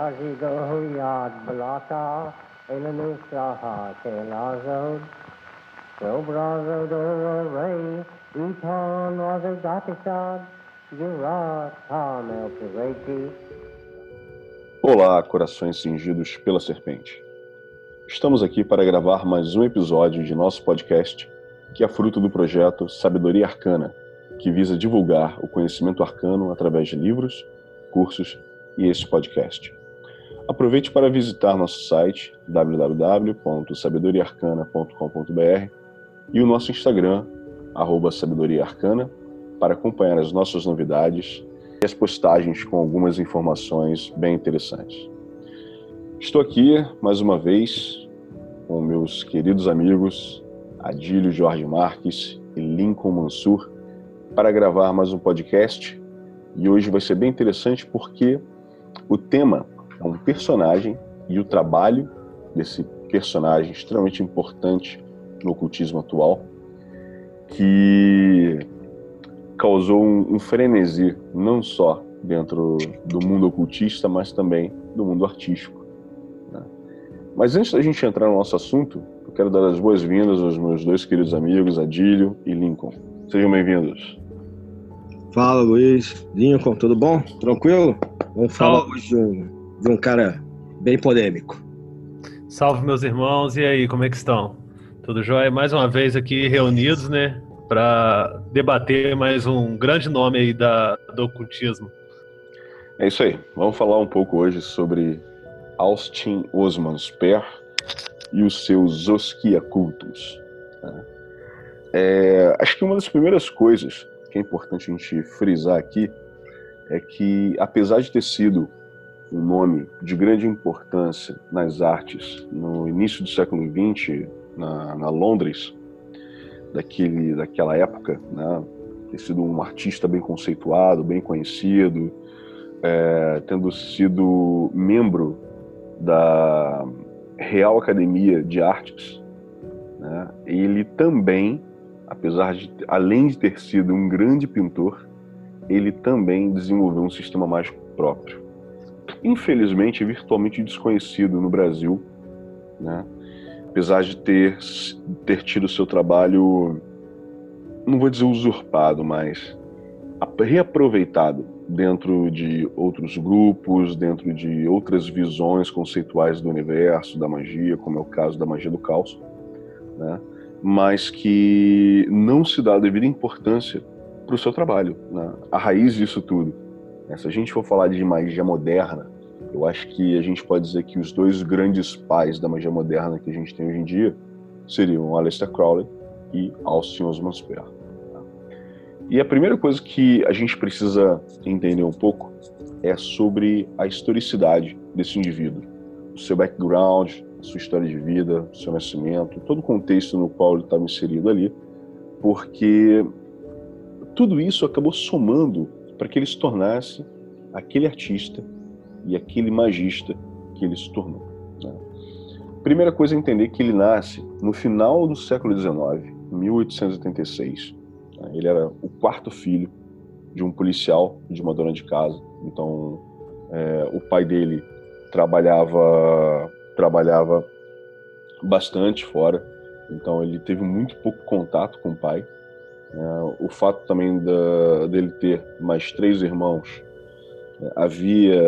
Yad Balata, Elanusaha, Telazod, Sobrazo do Ray, Eton was a Gatisad, Jurat, Tamel Pireti. Olá, corações cingidos pela serpente. Estamos aqui para gravar mais um episódio de nosso podcast, que é fruto do projeto Sabedoria Arcana, que visa divulgar o conhecimento arcano através de livros, cursos e este podcast. Aproveite para visitar nosso site www.sabedoriaarcana.com.br e o nosso Instagram, @sabedoriaarcana, para acompanhar as nossas novidades e as postagens com algumas informações bem interessantes. Estou aqui, mais uma vez, com meus queridos amigos Adílio Jorge Marques e Lincoln Mansur para gravar mais um podcast. E hoje vai ser bem interessante porque o tema é um personagem e o trabalho desse personagem extremamente importante no ocultismo atual, que causou um frenesi, não só dentro do mundo ocultista, mas também do mundo artístico, né? Mas antes da gente entrar no nosso assunto, eu quero dar as boas-vindas aos meus dois queridos amigos, Adílio e Lincoln. Sejam bem-vindos. Fala, Luiz. Lincoln, tudo bom? Tranquilo? Vamos falar hoje de um cara bem polêmico. Salve, meus irmãos. E aí, como é que estão? Tudo jóia? Mais uma vez aqui reunidos, né? Para debater mais um grande nome aí do ocultismo. É isso aí. Vamos falar um pouco hoje sobre Austin Osman Spare e os seus Osquiacultos. Acho que uma das primeiras coisas que é importante a gente frisar aqui é que, apesar de ter sido um nome de grande importância nas artes no início do século XX, na Londres, daquela época, né, ter sido um artista bem conceituado, bem conhecido, tendo sido membro da Real Academia de Artes, né, ele também, além de ter sido um grande pintor, ele também desenvolveu um sistema mágico próprio. Infelizmente, virtualmente desconhecido no Brasil, né? Apesar de ter tido seu trabalho, não vou dizer usurpado, mas reaproveitado dentro de outros grupos, dentro de outras visões conceituais do universo, da magia, como é o caso da magia do caos, né? Mas que não se dá a devida importância para o seu trabalho, né? A raiz disso tudo. Se a gente for falar de magia moderna, eu acho que a gente pode dizer que os dois grandes pais da magia moderna que a gente tem hoje em dia seriam Aleister Crowley e Austin Osman Spare. E a primeira coisa que a gente precisa entender um pouco é sobre a historicidade desse indivíduo, o seu background, a sua história de vida, o seu nascimento, todo o contexto no qual ele estava inserido ali, porque tudo isso acabou somando para que ele se tornasse aquele artista e aquele magista que ele se tornou, né? Primeira coisa é entender que ele nasce no final do século XIX, 1886. Ele era o quarto filho de um policial e de uma dona de casa. Então, o pai dele trabalhava bastante fora. Então, ele teve muito pouco contato com o pai. O fato também dele ter mais 3 irmãos, havia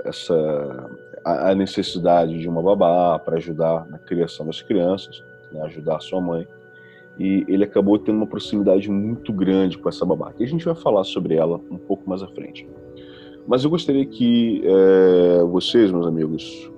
a necessidade de uma babá para ajudar na criação das crianças, né, ajudar a sua mãe. E ele acabou tendo uma proximidade muito grande com essa babá, que a gente vai falar sobre ela um pouco mais à frente. Mas eu gostaria que vocês, meus amigos,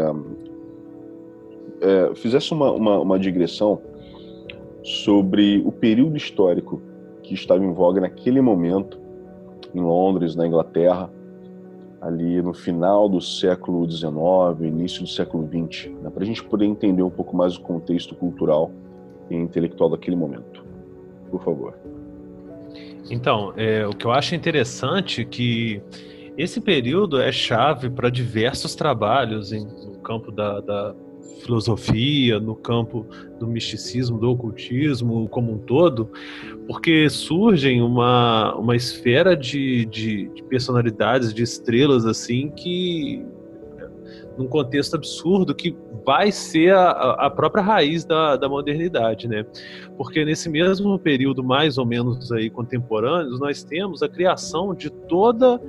fizessem uma digressão sobre o período histórico que estava em voga naquele momento em Londres, na Inglaterra, ali no final do século XIX, início do século XX, né, para a gente poder entender um pouco mais o contexto cultural e intelectual daquele momento. Por favor. Então, o que eu acho interessante é que esse período é chave para diversos trabalhos no campo da filosofia, no campo do misticismo, do ocultismo como um todo, porque surgem uma esfera de personalidades, de estrelas assim, que num contexto absurdo que vai ser a própria raiz da modernidade, né? Porque nesse mesmo período, mais ou menos aí contemporâneo, nós temos a criação de toda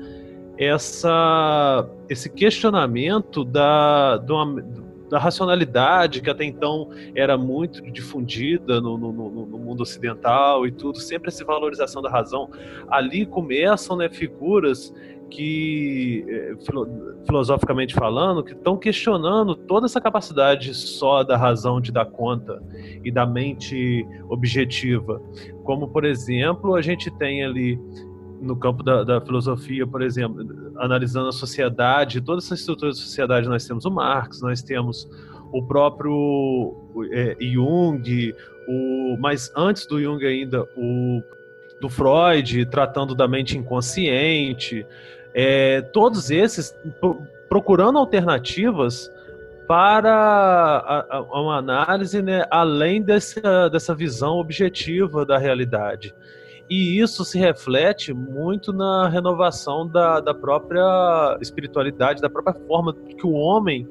esse questionamento da racionalidade que até então era muito difundida no mundo ocidental e tudo, sempre essa valorização da razão. Ali começam, né, figuras que, filosoficamente falando, que estão questionando toda essa capacidade só da razão de dar conta e da mente objetiva. Como, por exemplo, a gente tem ali no campo da filosofia, por exemplo, analisando a sociedade, toda essa estrutura da sociedade, nós temos o Marx, nós temos o próprio Jung, mas antes do Jung ainda, do Freud, tratando da mente inconsciente, todos esses procurando alternativas para uma análise, né, além dessa visão objetiva da realidade. E isso se reflete muito na renovação da própria espiritualidade, da própria forma que o homem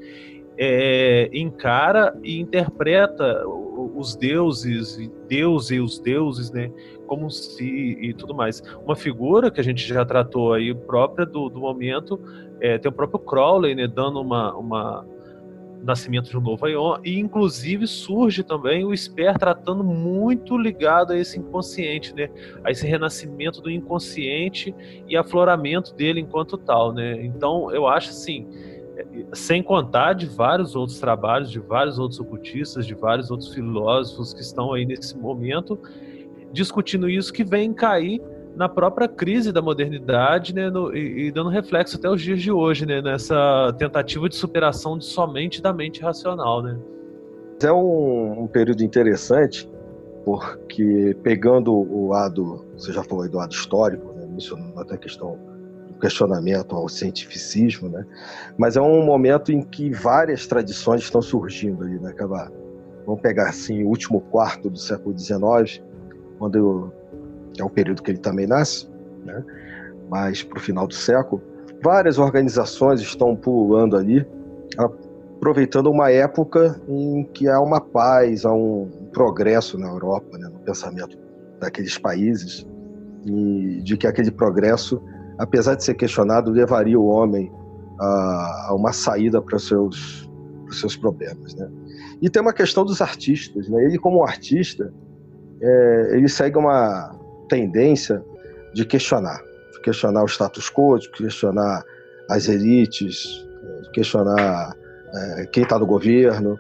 encara e interpreta os deuses, Deus e os deuses, né, como se e tudo mais. Uma figura que a gente já tratou aí, própria do momento, tem o próprio Crowley, né, dando uma nascimento de um novo Aion, e inclusive surge também o Sper tratando muito ligado a esse inconsciente, né, a esse renascimento do inconsciente e afloramento dele enquanto tal, né. Então eu acho assim, sem contar de vários outros trabalhos, de vários outros ocultistas, de vários outros filósofos que estão aí nesse momento discutindo isso, que vem cair na própria crise da modernidade, né, e dando reflexo até os dias de hoje, né, nessa tentativa de superação somente da mente racional, né. É um período interessante, porque pegando o lado, você já falou aí do lado histórico, né, mencionando até a questão do questionamento ao cientificismo, né, mas é um momento em que várias tradições estão surgindo ali, né, vamos pegar assim o último quarto do século XIX, quando é o período que ele também nasce, né? Mas para o final do século, várias organizações estão pululando ali, aproveitando uma época em que há uma paz, há um progresso na Europa, né, no pensamento daqueles países, e de que aquele progresso, apesar de ser questionado, levaria o homem a uma saída para os seus problemas, né? E tem uma questão dos artistas, né? Ele, como artista, ele segue uma tendência de questionar o status quo, de questionar as elites, de questionar quem está no governo,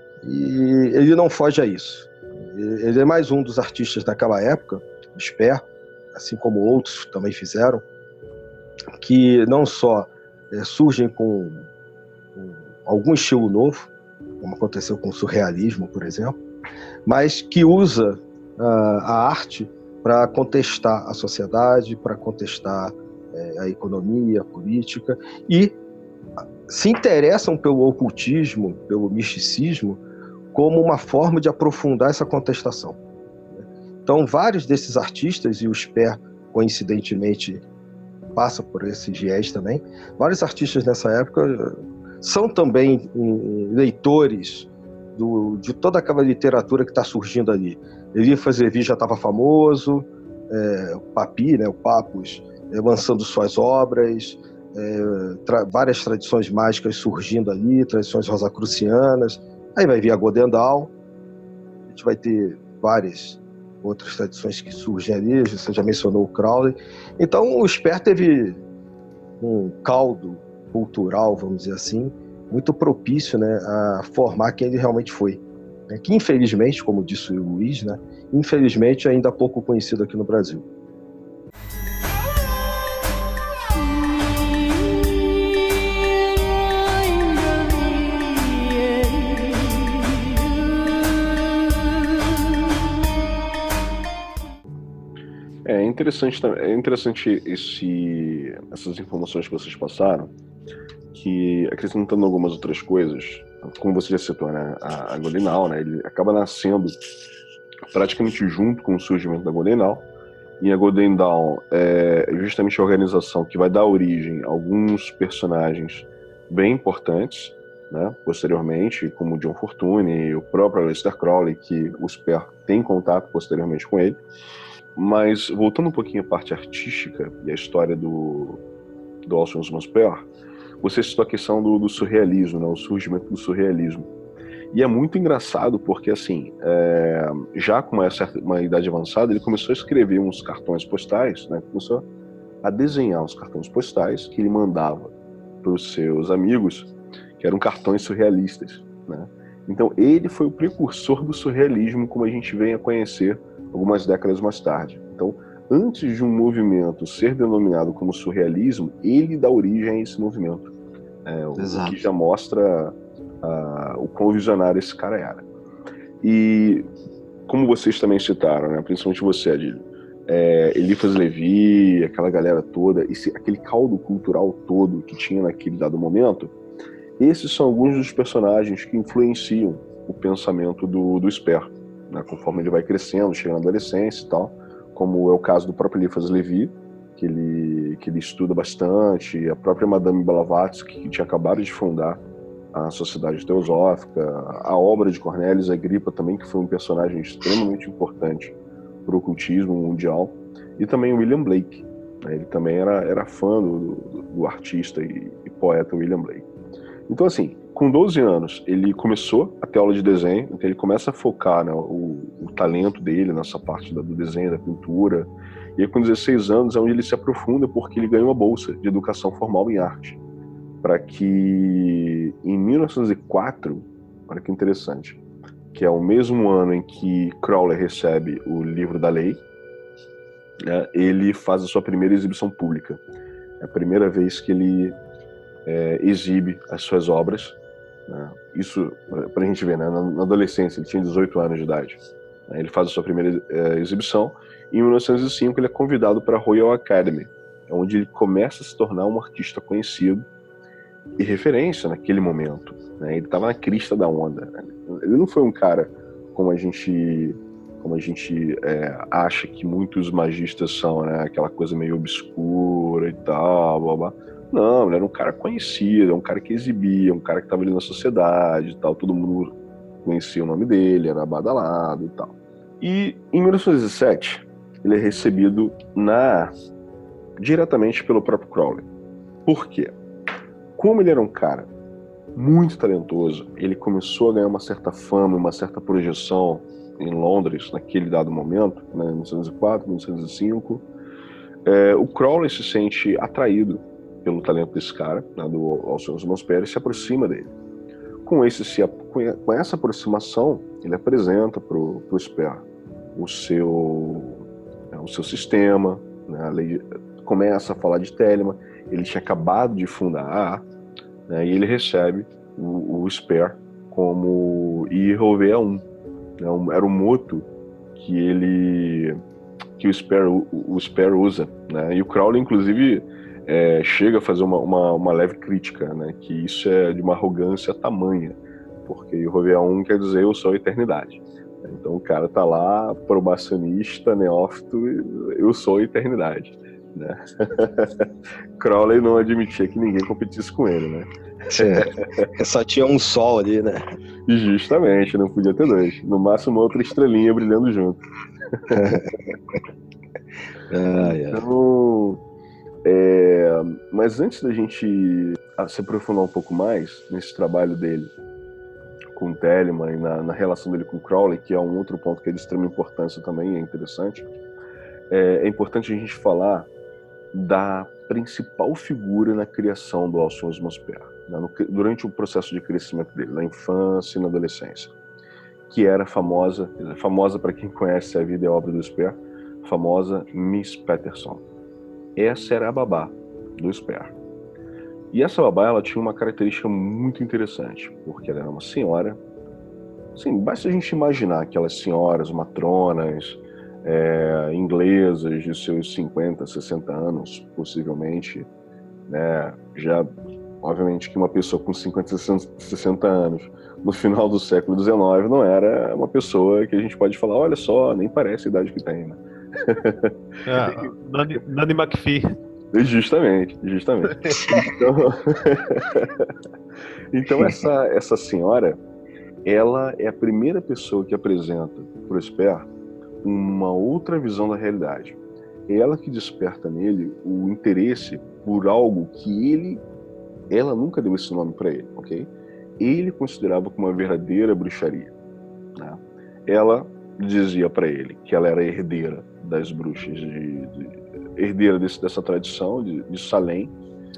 e ele não foge a isso. Ele é mais um dos artistas daquela época, o Sper, assim como outros também fizeram, que não só surgem com algum estilo novo, como aconteceu com o surrealismo, por exemplo, mas que usa a arte para contestar a sociedade, para contestar a economia, a política, e se interessam pelo ocultismo, pelo misticismo, como uma forma de aprofundar essa contestação. Então, vários desses artistas, e o Sper, coincidentemente, passa por esse viés também, vários artistas nessa época são também leitores de toda aquela literatura que está surgindo ali. Eliphas Levi já estava famoso, o Papi, né, o Papus, lançando suas obras, várias tradições mágicas surgindo ali, tradições rosacrucianas, aí vai vir a Godendal, a gente vai ter várias outras tradições que surgem ali, você já mencionou o Crowley. Então o Sper teve um caldo cultural, vamos dizer assim, muito propício, né, a formar quem ele realmente foi. Que infelizmente, como disse o Luiz, né, infelizmente ainda é pouco conhecido aqui no Brasil. É interessante essas informações que vocês passaram, que acrescentando algumas outras coisas, como você já citou, né, a Godinal, né, ele acaba nascendo praticamente junto com o surgimento da Godinal, e a Godendal é justamente a organização que vai dar origem a alguns personagens bem importantes, né, posteriormente, como John Fortune, o próprio Aleister Crowley, que o Sper tem contato posteriormente com ele. Mas, voltando um pouquinho à parte artística e a história do Alphonse Sper, você citou a questão do surrealismo, né, o surgimento do surrealismo. E é muito engraçado porque, assim, já com uma idade avançada, ele começou a escrever uns cartões postais, né, começou a desenhar uns cartões postais que ele mandava para os seus amigos, que eram cartões surrealistas, né? Então, ele foi o precursor do surrealismo, como a gente vem a conhecer algumas décadas mais tarde. Então, antes de um movimento ser denominado como surrealismo, ele dá origem a esse movimento. O que já mostra o quão visionário esse cara era. E, como vocês também citaram, né, principalmente você, Adílio, Eliphas Levi, aquela galera toda, aquele caldo cultural todo que tinha naquele dado momento, esses são alguns dos personagens que influenciam o pensamento do Sper, né, conforme ele vai crescendo, chega na adolescência e tal, como é o caso do próprio Eliphas Levi, que ele estuda bastante, a própria Madame Blavatsky, que tinha acabado de fundar a Sociedade Teosófica, a obra de Cornelius Agrippa também, que foi um personagem extremamente importante para o ocultismo mundial, e também William Blake, né, ele também era fã do artista e poeta William Blake. Então, assim, com 12 anos, ele começou a ter aula de desenho, então ele começa a focar, né, o talento dele nessa parte do desenho, da pintura. E aí, com 16 anos, é onde ele se aprofunda, porque ele ganha uma bolsa de educação formal em arte. Para que, em 1904, olha que interessante, que é o mesmo ano em que Crowley recebe o Livro da Lei, né, ele faz a sua primeira exibição pública. É a primeira vez que ele exibe as suas obras, né? Isso para a gente ver, né? Na adolescência, ele tinha 18 anos de idade, né? Ele faz a sua primeira exibição, e em 1905 ele é convidado para a Royal Academy, onde ele começa a se tornar um artista conhecido e referência naquele momento, né? Ele estava na crista da onda, né? Ele não foi um cara como a gente acha que muitos magistas são, né? Aquela coisa meio obscura e tal, blá, blá. Não, ele era um cara conhecido, um cara que exibia, um cara que estava ali na sociedade e tal, todo mundo conhecia o nome dele, era badalado e tal. E em 1917, ele é recebido diretamente pelo próprio Crowley. Por quê? Como ele era um cara muito talentoso, ele começou a ganhar uma certa fama, uma certa projeção em Londres, naquele dado momento, né, em 1904, 1905, o Crowley se sente atraído pelo talento desse cara, né, do Alphonse Sper, e se aproxima dele. Com essa aproximação, ele apresenta para o Sper o seu sistema, né, começa a falar de Telemann. Ele tinha acabado de fundar a A, né, e ele recebe o Sper como IROVA1, né, era o moto que o Sper usa, né, e o Crowley, inclusive, chega a fazer uma leve crítica, né, que isso é de uma arrogância tamanha, porque IROVA1 quer dizer eu sou a eternidade. Então o cara tá lá, probacionista, neófito, eu sou a eternidade, né? Crowley não admitia que ninguém competisse com ele, né? Só tinha um sol ali, né? Justamente, não podia ter dois. No máximo outra estrelinha brilhando junto. Então, mas antes da gente se aprofundar um pouco mais nesse trabalho dele com Telemann e na relação dele com Crowley, que é um outro ponto que é de extrema importância também, é interessante, é importante a gente falar da principal figura na criação do Alphonse Sper, né, durante o processo de crescimento dele, na infância e na adolescência, que era famosa para quem conhece a vida e a obra do Sper, famosa Miss Patterson. Essa era a babá do Sper. E essa babá, ela tinha uma característica muito interessante, porque ela era uma senhora. Assim, basta a gente imaginar aquelas senhoras, matronas, inglesas de seus 50, 60 anos, possivelmente, né? Já, obviamente, que uma pessoa com 50, 60 anos, no final do século XIX, não era uma pessoa que a gente pode falar, olha só, nem parece a idade que tem, né? Nanny McPhee. Justamente. Então, Então essa senhora, ela é a primeira pessoa que apresenta para o Esper uma outra visão da realidade. É ela que desperta nele o interesse por algo que ela nunca deu esse nome para ele, ok? Ele considerava como uma verdadeira bruxaria, né? Ela dizia para ele que ela era herdeira das bruxas, herdeira dessa tradição de Salem.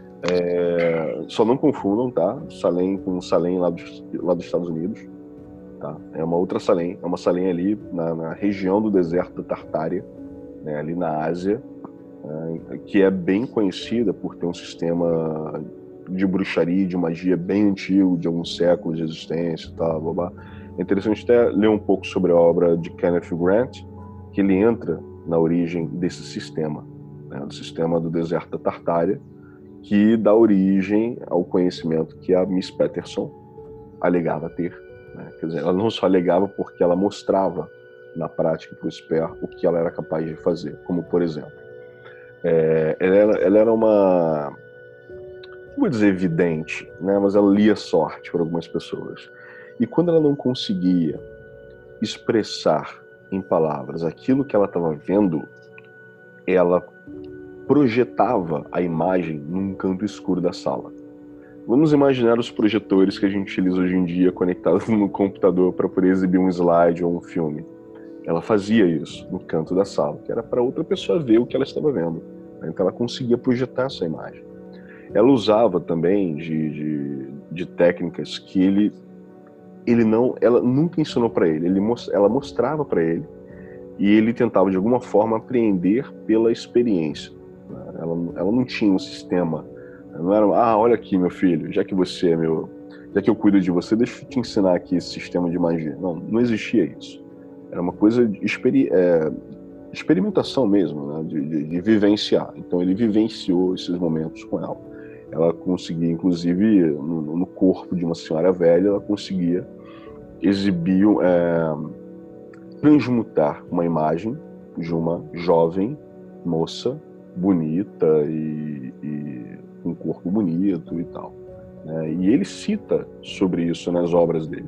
Só não confundam, tá? Salem com Salem lá dos Estados Unidos, tá? É uma outra Salem, é uma Salem ali na região do deserto da Tartária, né, ali na Ásia, que é bem conhecida por ter um sistema de bruxaria, de magia bem antigo, de alguns séculos de existência e tal, blá, blá. É interessante até ler um pouco sobre a obra de Kenneth Grant, que ele entra na origem desse sistema, né, do sistema do deserto da Tartária, que dá origem ao conhecimento que a Miss Patterson alegava ter, né? Quer dizer, ela não só alegava porque ela mostrava na prática para o Esper o que ela era capaz de fazer, como por exemplo, ela era uma, não vou dizer vidente, né, mas ela lia sorte para algumas pessoas. E quando ela não conseguia expressar em palavras aquilo que ela estava vendo, ela projetava a imagem num canto escuro da sala. Vamos imaginar os projetores que a gente utiliza hoje em dia conectados no computador para poder exibir um slide ou um filme. Ela fazia isso no canto da sala, que era para outra pessoa ver o que ela estava vendo. Então ela conseguia projetar essa imagem. Ela usava também de técnicas que ela nunca ensinou para ele. Ela mostrava para ele e ele tentava de alguma forma apreender pela experiência. Ela não tinha um sistema. Não era, olha aqui, meu filho, já que eu cuido de você, deixa eu te ensinar aqui esse sistema de magia. Não existia isso. Era uma coisa de experimentação mesmo, né? de vivenciar. Então ele vivenciou esses momentos com ela. Ela conseguia, inclusive, no corpo de uma senhora velha, ela conseguia exibir, transmutar uma imagem de uma jovem moça bonita e com um corpo bonito e tal, né? E ele cita sobre isso nas obras dele.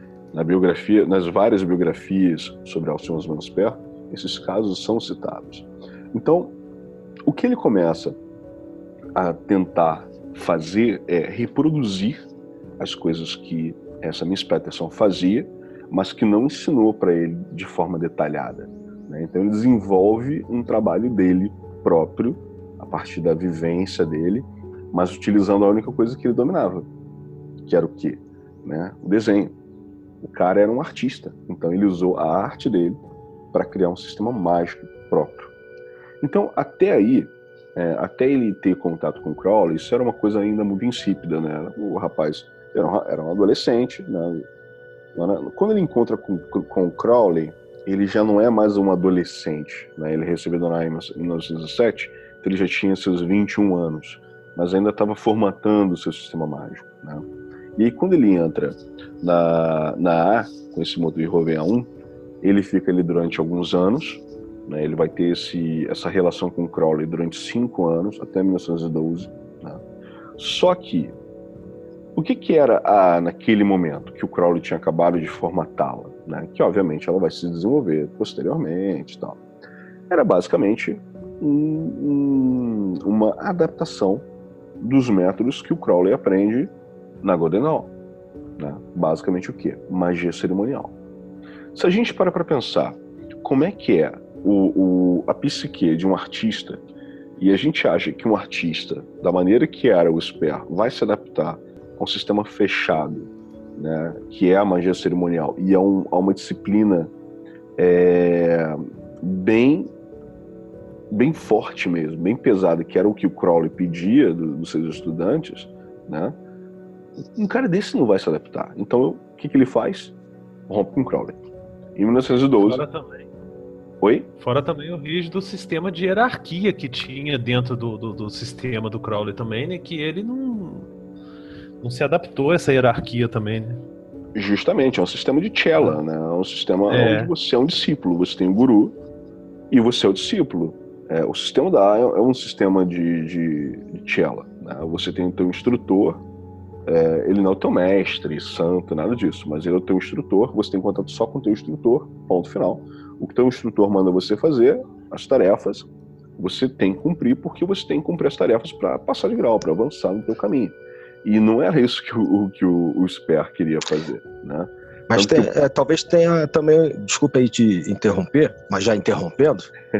Nas várias biografias sobre Alcinoos Manosper, esses casos são citados. Então, o que ele começa a tentar fazer é reproduzir as coisas que essa Miss Patterson fazia, mas que não ensinou para ele de forma detalhada, né? Então ele desenvolve um trabalho dele próprio, a partir da vivência dele, mas utilizando a única coisa que ele dominava, que era o quê? Né? O desenho. O cara era um artista, então ele usou a arte dele para criar um sistema mágico próprio. Então, até aí, até ele ter contato com o Crowley, isso era uma coisa ainda muito insípida, né? O rapaz era um adolescente, né? Quando ele encontra com o Crowley, ele já não é mais um adolescente, né? Ele recebeu Donai em 1917, então ele já tinha seus 21 anos, mas ainda estava formatando o seu sistema mágico, né? E aí, quando ele entra na A, com esse motor de Rovea 1, ele fica ali durante alguns anos, né? Ele vai ter essa relação com o Crowley durante 5 anos, até 1912, né? Só que, o que era a naquele momento que o Crowley tinha acabado de formatá-la, né? Que obviamente ela vai se desenvolver posteriormente e tal. Era basicamente uma adaptação dos métodos que o Crowley aprende na Goldenall, né? Basicamente o quê? Magia cerimonial. Se a gente para pensar como é que é a psique de um artista, e a gente acha que um artista, da maneira que era o Esper, vai se adaptar a um sistema fechado, né, que é a magia cerimonial, e a uma disciplina bem forte mesmo, bem pesada, que era o que o Crowley pedia dos seus estudantes, né? Um cara desse não vai se adaptar. Então, o que ele faz? Rompe com o Crowley. Em 1912... Fora também. Oi? Fora também o rígido sistema de hierarquia que tinha dentro do sistema do Crowley também, né? Que ele não se adaptou a essa hierarquia também, né? Justamente, é um sistema de cella, né? É um sistema onde você é um discípulo, você tem um guru e você é o discípulo. O sistema da A é um sistema de cella, né? Você tem o teu instrutor Ele não é o teu mestre, santo, nada disso, mas ele é o teu instrutor, você tem contato só com o teu instrutor, ponto final. O que o teu instrutor manda você fazer, as tarefas, você tem que cumprir, porque você tem que cumprir as tarefas para passar de grau, para avançar no teu caminho. E não era isso que o Sper queria fazer, né? Mas talvez tenha também, desculpa aí te interromper, mas já interrompendo,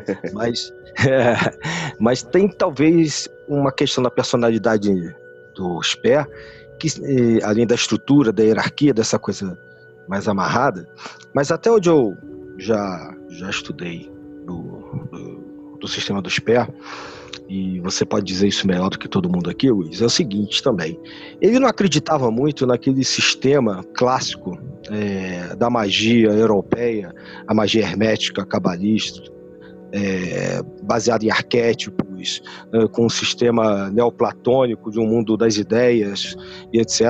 mas tem talvez uma questão da personalidade do Sper, que além da estrutura, da hierarquia, dessa coisa mais amarrada, mas até onde eu já estudei do sistema do Sper, e você pode dizer isso melhor do que todo mundo aqui, Luiz, é o seguinte também. Ele não acreditava muito naquele sistema clássico da magia europeia, a magia hermética, cabalista, baseado em arquétipos, com um sistema neoplatônico de um mundo das ideias e etc.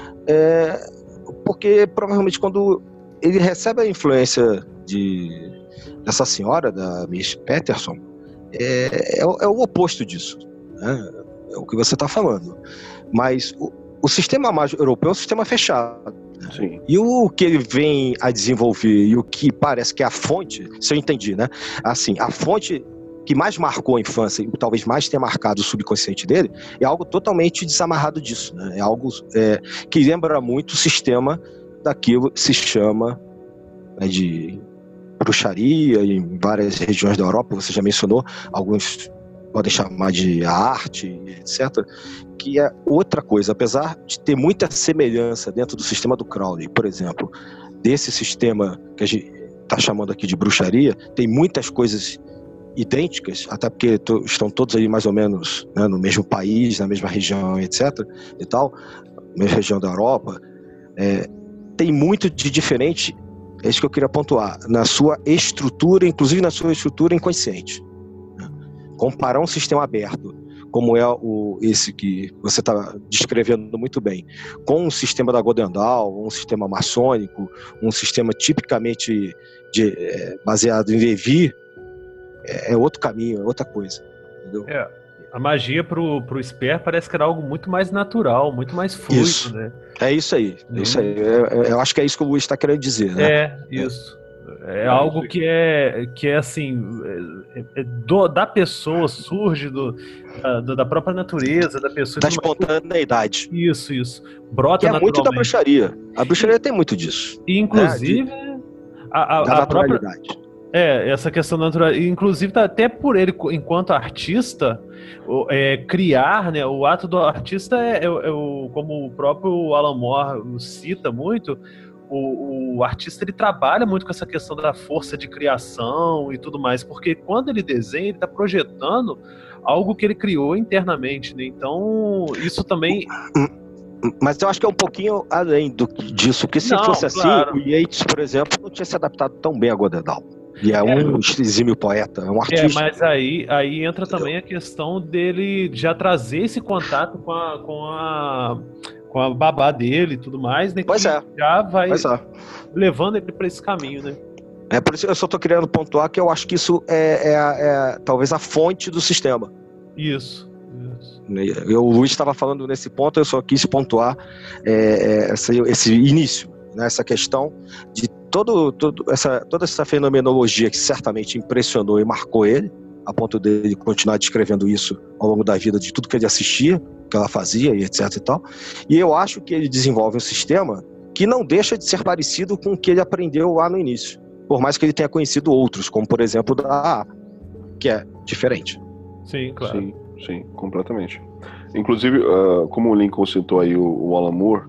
Porque provavelmente quando ele recebe a influência dessa senhora, da Miss Peterson, é o oposto disso, né? É o que você está falando. Mas o sistema mágico europeu é um sistema fechado. Sim. E o que ele vem a desenvolver e o que parece que é a fonte, se eu entendi, né? Assim, a fonte que mais marcou a infância e talvez mais tenha marcado o subconsciente dele é algo totalmente desamarrado disso, né? É algo que lembra muito o sistema daquilo que se chama, né, de bruxaria em várias regiões da Europa. Você já mencionou, alguns podem chamar de arte, etc., que é outra coisa. Apesar de ter muita semelhança dentro do sistema do Crowley, por exemplo, desse sistema que a gente está chamando aqui de bruxaria, tem muitas coisas idênticas, até porque estão todos aí mais ou menos, né, no mesmo país, na mesma região, etc., e tal, mesma região da Europa. Tem muito de diferente, é isso que eu queria pontuar, na sua estrutura, inclusive na sua estrutura inconsciente. Comparar um sistema aberto, como é esse que você está descrevendo muito bem, com um sistema da Golden Dawn, um sistema maçônico, um sistema tipicamente baseado em Levi, é outro caminho, é outra coisa. Entendeu? A magia pro Sper parece que era algo muito mais natural, muito mais fluido, isso. Né? É isso aí. Isso aí. Eu acho que é isso que o Luiz está querendo dizer, né? Isso. É algo que é assim, da pessoa, surge da própria natureza, da pessoa. Da espontaneidade. Isso. Brota que é muito da bruxaria. A bruxaria tem muito disso. E, inclusive, da naturalidade. Própria... essa questão natural. Inclusive, até por ele, enquanto artista, criar, né? O ato do artista como o próprio Alan Moore cita muito, o artista ele trabalha muito com essa questão da força de criação e tudo mais, porque quando ele desenha, ele está projetando algo que ele criou internamente, né? Então, isso também... Mas eu acho que é um pouquinho além disso, porque se fosse assim, o Yeats, por exemplo, não tinha se adaptado tão bem a Golden Dawn. E é um exímio poeta, é um artista. Mas aí entra também a questão dele já trazer esse contato com a babá dele e tudo mais, né? Pois é. Já vai levando ele para esse caminho, né? É por isso que eu só tô querendo pontuar que eu acho que isso é talvez a fonte do sistema. Isso. O Luiz estava falando nesse ponto, eu só quis pontuar esse início, né? Essa questão de toda essa fenomenologia que certamente impressionou e marcou ele, a ponto dele continuar descrevendo isso ao longo da vida, de tudo que ele assistia, que ela fazia e etc e tal. E eu acho que ele desenvolve um sistema que não deixa de ser parecido com o que ele aprendeu lá no início, por mais que ele tenha conhecido outros, como por exemplo da AA, que é diferente. Sim, claro. Sim, completamente. Inclusive, como o Lincoln citou aí o Alan Moore,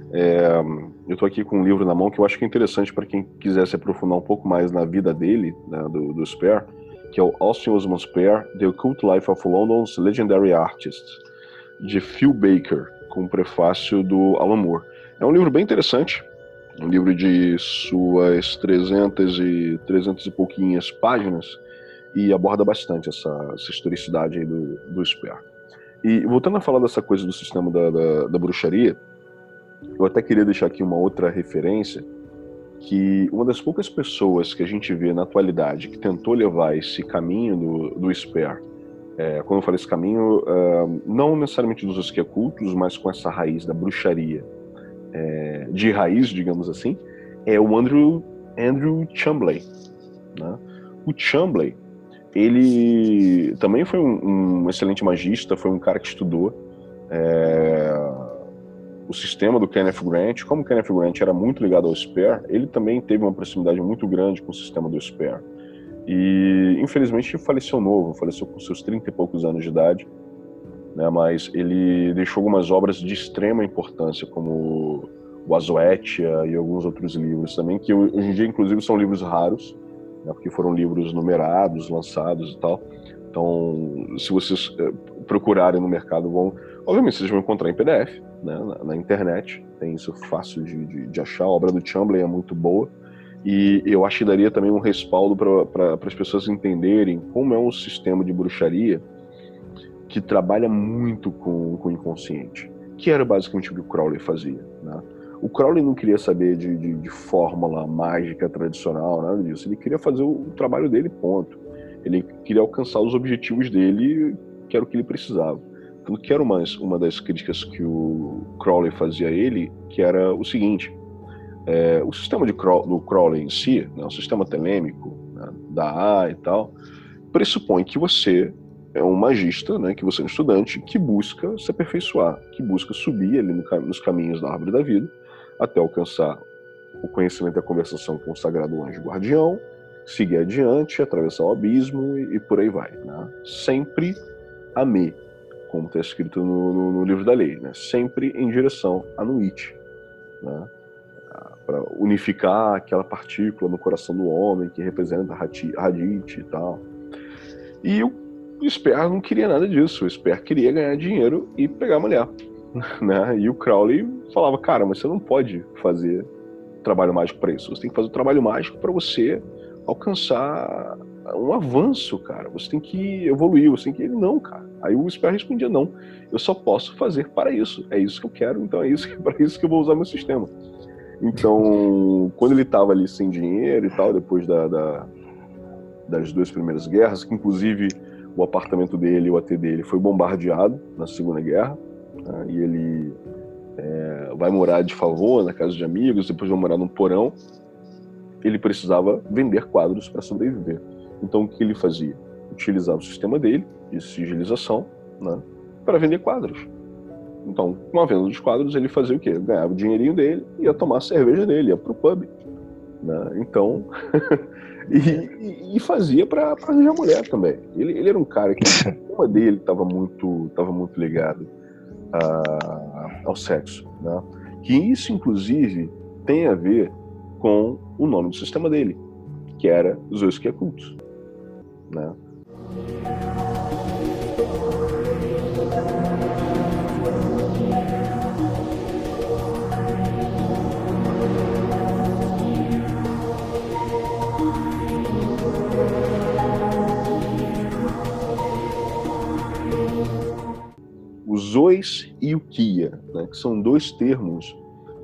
eu estou aqui com um livro na mão que eu acho que é interessante para quem quiser se aprofundar um pouco mais na vida dele, né, do Sper, que é o Austin Osman Sper, The Occult Life of London's Legendary Artists, de Phil Baker, com o prefácio do Alan Moore. É um livro bem interessante, um livro de suas 300 e pouquinhas páginas, e aborda bastante essa historicidade aí do Sper. E voltando a falar dessa coisa do sistema da bruxaria, eu até queria deixar aqui uma outra referência, que uma das poucas pessoas que a gente vê na atualidade que tentou levar esse caminho do Sper Quando eu falei esse caminho, não necessariamente dos esquecultos, mas com essa raiz da bruxaria, de raiz, digamos assim, é o Andrew Chumbley, né? O Chumbley, ele também foi um excelente magista, foi um cara que estudou o sistema do Kenneth Grant. Como o Kenneth Grant era muito ligado ao Spare, ele também teve uma proximidade muito grande com o sistema do Spare. E, infelizmente, faleceu com seus 30 e poucos anos de idade, né? Mas ele deixou algumas obras de extrema importância, como o Azoetia e alguns outros livros também, que hoje em dia, inclusive, são livros raros, né? Porque foram livros numerados, lançados e tal. Então, se vocês procurarem no mercado, obviamente, vocês vão encontrar em PDF, né? Na internet, tem isso fácil de achar. A obra do Chumbley é muito boa. E eu acho que daria também um respaldo para as pessoas entenderem como é um sistema de bruxaria que trabalha muito com o inconsciente, que era basicamente o que o Crowley fazia, né? O Crowley não queria saber de fórmula mágica tradicional, nada disso. Ele queria fazer o trabalho dele, ponto. Ele queria alcançar os objetivos dele, que era o que ele precisava. Tanto que era uma das críticas que o Crowley fazia a ele, que era o seguinte: o sistema do Crowley em si, né, o sistema telêmico, né, da A e tal, pressupõe que você é um magista, né, que você é um estudante que busca se aperfeiçoar, que busca subir ali nos caminhos da árvore da vida, até alcançar o conhecimento e a conversação com o sagrado anjo guardião, seguir adiante, atravessar o abismo e por aí vai, né? Sempre amê, como está escrito no livro da lei, né? Sempre em direção a Nuit, né? Para unificar aquela partícula no coração do homem que representa Hadith e tal. E o Sper não queria nada disso. O Sper queria ganhar dinheiro e pegar a mulher, né? E o Crowley falava: cara, mas você não pode fazer trabalho mágico para isso. Você tem que fazer o trabalho mágico para você alcançar um avanço, cara. Você tem que evoluir, você tem que... Ele, não, cara. Aí o Sper respondia: não, eu só posso fazer para isso. É isso que eu quero, então é para isso que eu vou usar meu sistema. Então, quando ele estava ali sem dinheiro e tal, depois das 2 primeiras guerras, que inclusive o apartamento dele, o AT dele, foi bombardeado na Segunda Guerra, né? E ele vai morar de favor na casa de amigos, depois vai morar num porão. Ele precisava vender quadros para sobreviver. Então, o que ele fazia? Utilizava o sistema dele, de sigilização, né, para vender quadros. Então, com a venda dos quadros, ele fazia o quê? Ganhava o dinheirinho dele, ia tomar a cerveja dele, ia pro pub, né? Então, e fazia para arranjar mulher também. Ele era um cara que o sistema dele estava muito ligado ao sexo, né? Que isso, inclusive, tem a ver com o nome do sistema dele, que era Zoiskia Cultus, né? O Zois e o Kia, né, que são 2 termos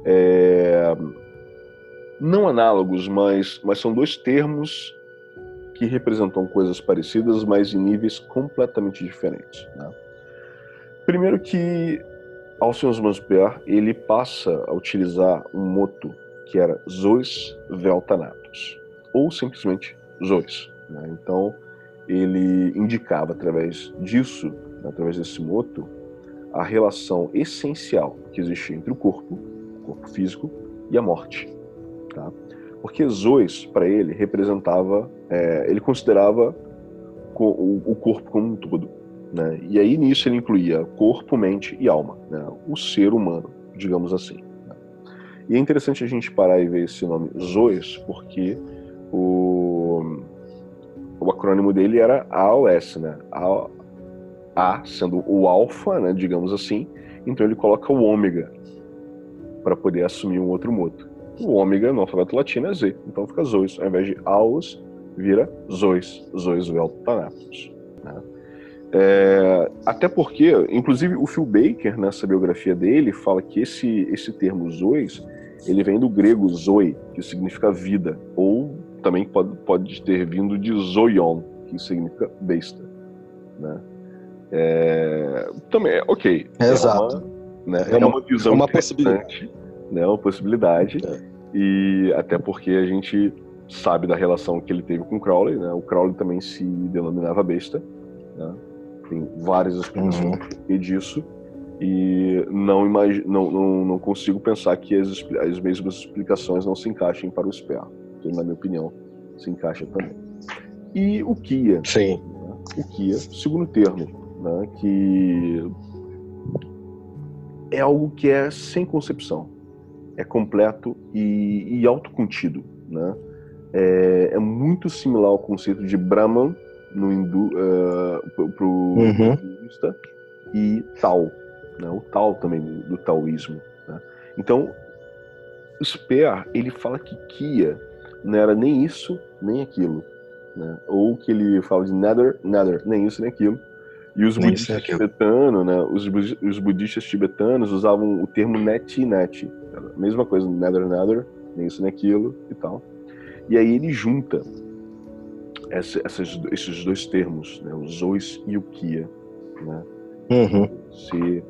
não análogos, mas são 2 termos que representam coisas parecidas, mas em níveis completamente diferentes, né? Primeiro que Alcyon Mansper, ele passa a utilizar um moto que era Zois Veltanatos, ou simplesmente Zois, né? Então ele indicava através disso, através desse moto, a relação essencial que existia entre o corpo físico e a morte, tá? Porque Zois, para ele, representava, ele considerava o corpo como um todo, né? E aí nisso ele incluía corpo, mente e alma, né? O ser humano, digamos assim, né? E é interessante a gente parar e ver esse nome Zois, porque o acrônimo dele era AOS, né? A sendo o alfa, né, digamos assim, então ele coloca o ômega para poder assumir um outro moto. O ômega no alfabeto latino é Z, então fica Zois. Ao invés de Aos, vira Zois Veltanatos, né? Até porque, inclusive, o Phil Baker, nessa biografia dele, fala que esse termo Zois, ele vem do grego Zoe, que significa vida, ou também pode ter vindo de Zoion, que significa besta, né? Também, ok. Exato. É uma visão uma possibilidade. Né, uma possibilidade. E até porque a gente sabe da relação que ele teve com o Crowley, né? O Crowley também se denominava besta, né? Tem várias explicações disso. E não consigo pensar que as mesmas explicações não se encaixem para o Sper, que, na minha opinião, se encaixa também. E o Kia. Sim. Né? O Kia, segundo termo, né? Que é algo que é sem concepção, é completo e autocontido, né? É muito similar ao conceito de Brahman no hindu, para o hinduísta, e Tao, né? O Tao também do taoísmo, né? Então, o Sper, ele fala que Kia não era nem isso nem aquilo, né? Ou que ele fala de neither, nem isso nem aquilo. E os budistas tibetanos, né? Os budistas tibetanos usavam o termo neti, a mesma coisa, neither, nem isso nem aquilo e tal. E aí ele junta esses dois termos, né? O Zois e o Kia, né? Você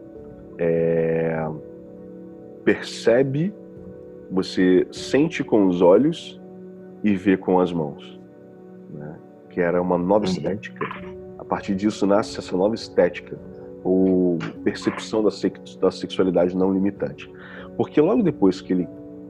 percebe, você sente com os olhos e vê com as mãos, né? Que era uma nova estética. A partir disso nasce essa nova estética, ou percepção da sexualidade não limitante. Porque logo depois que ele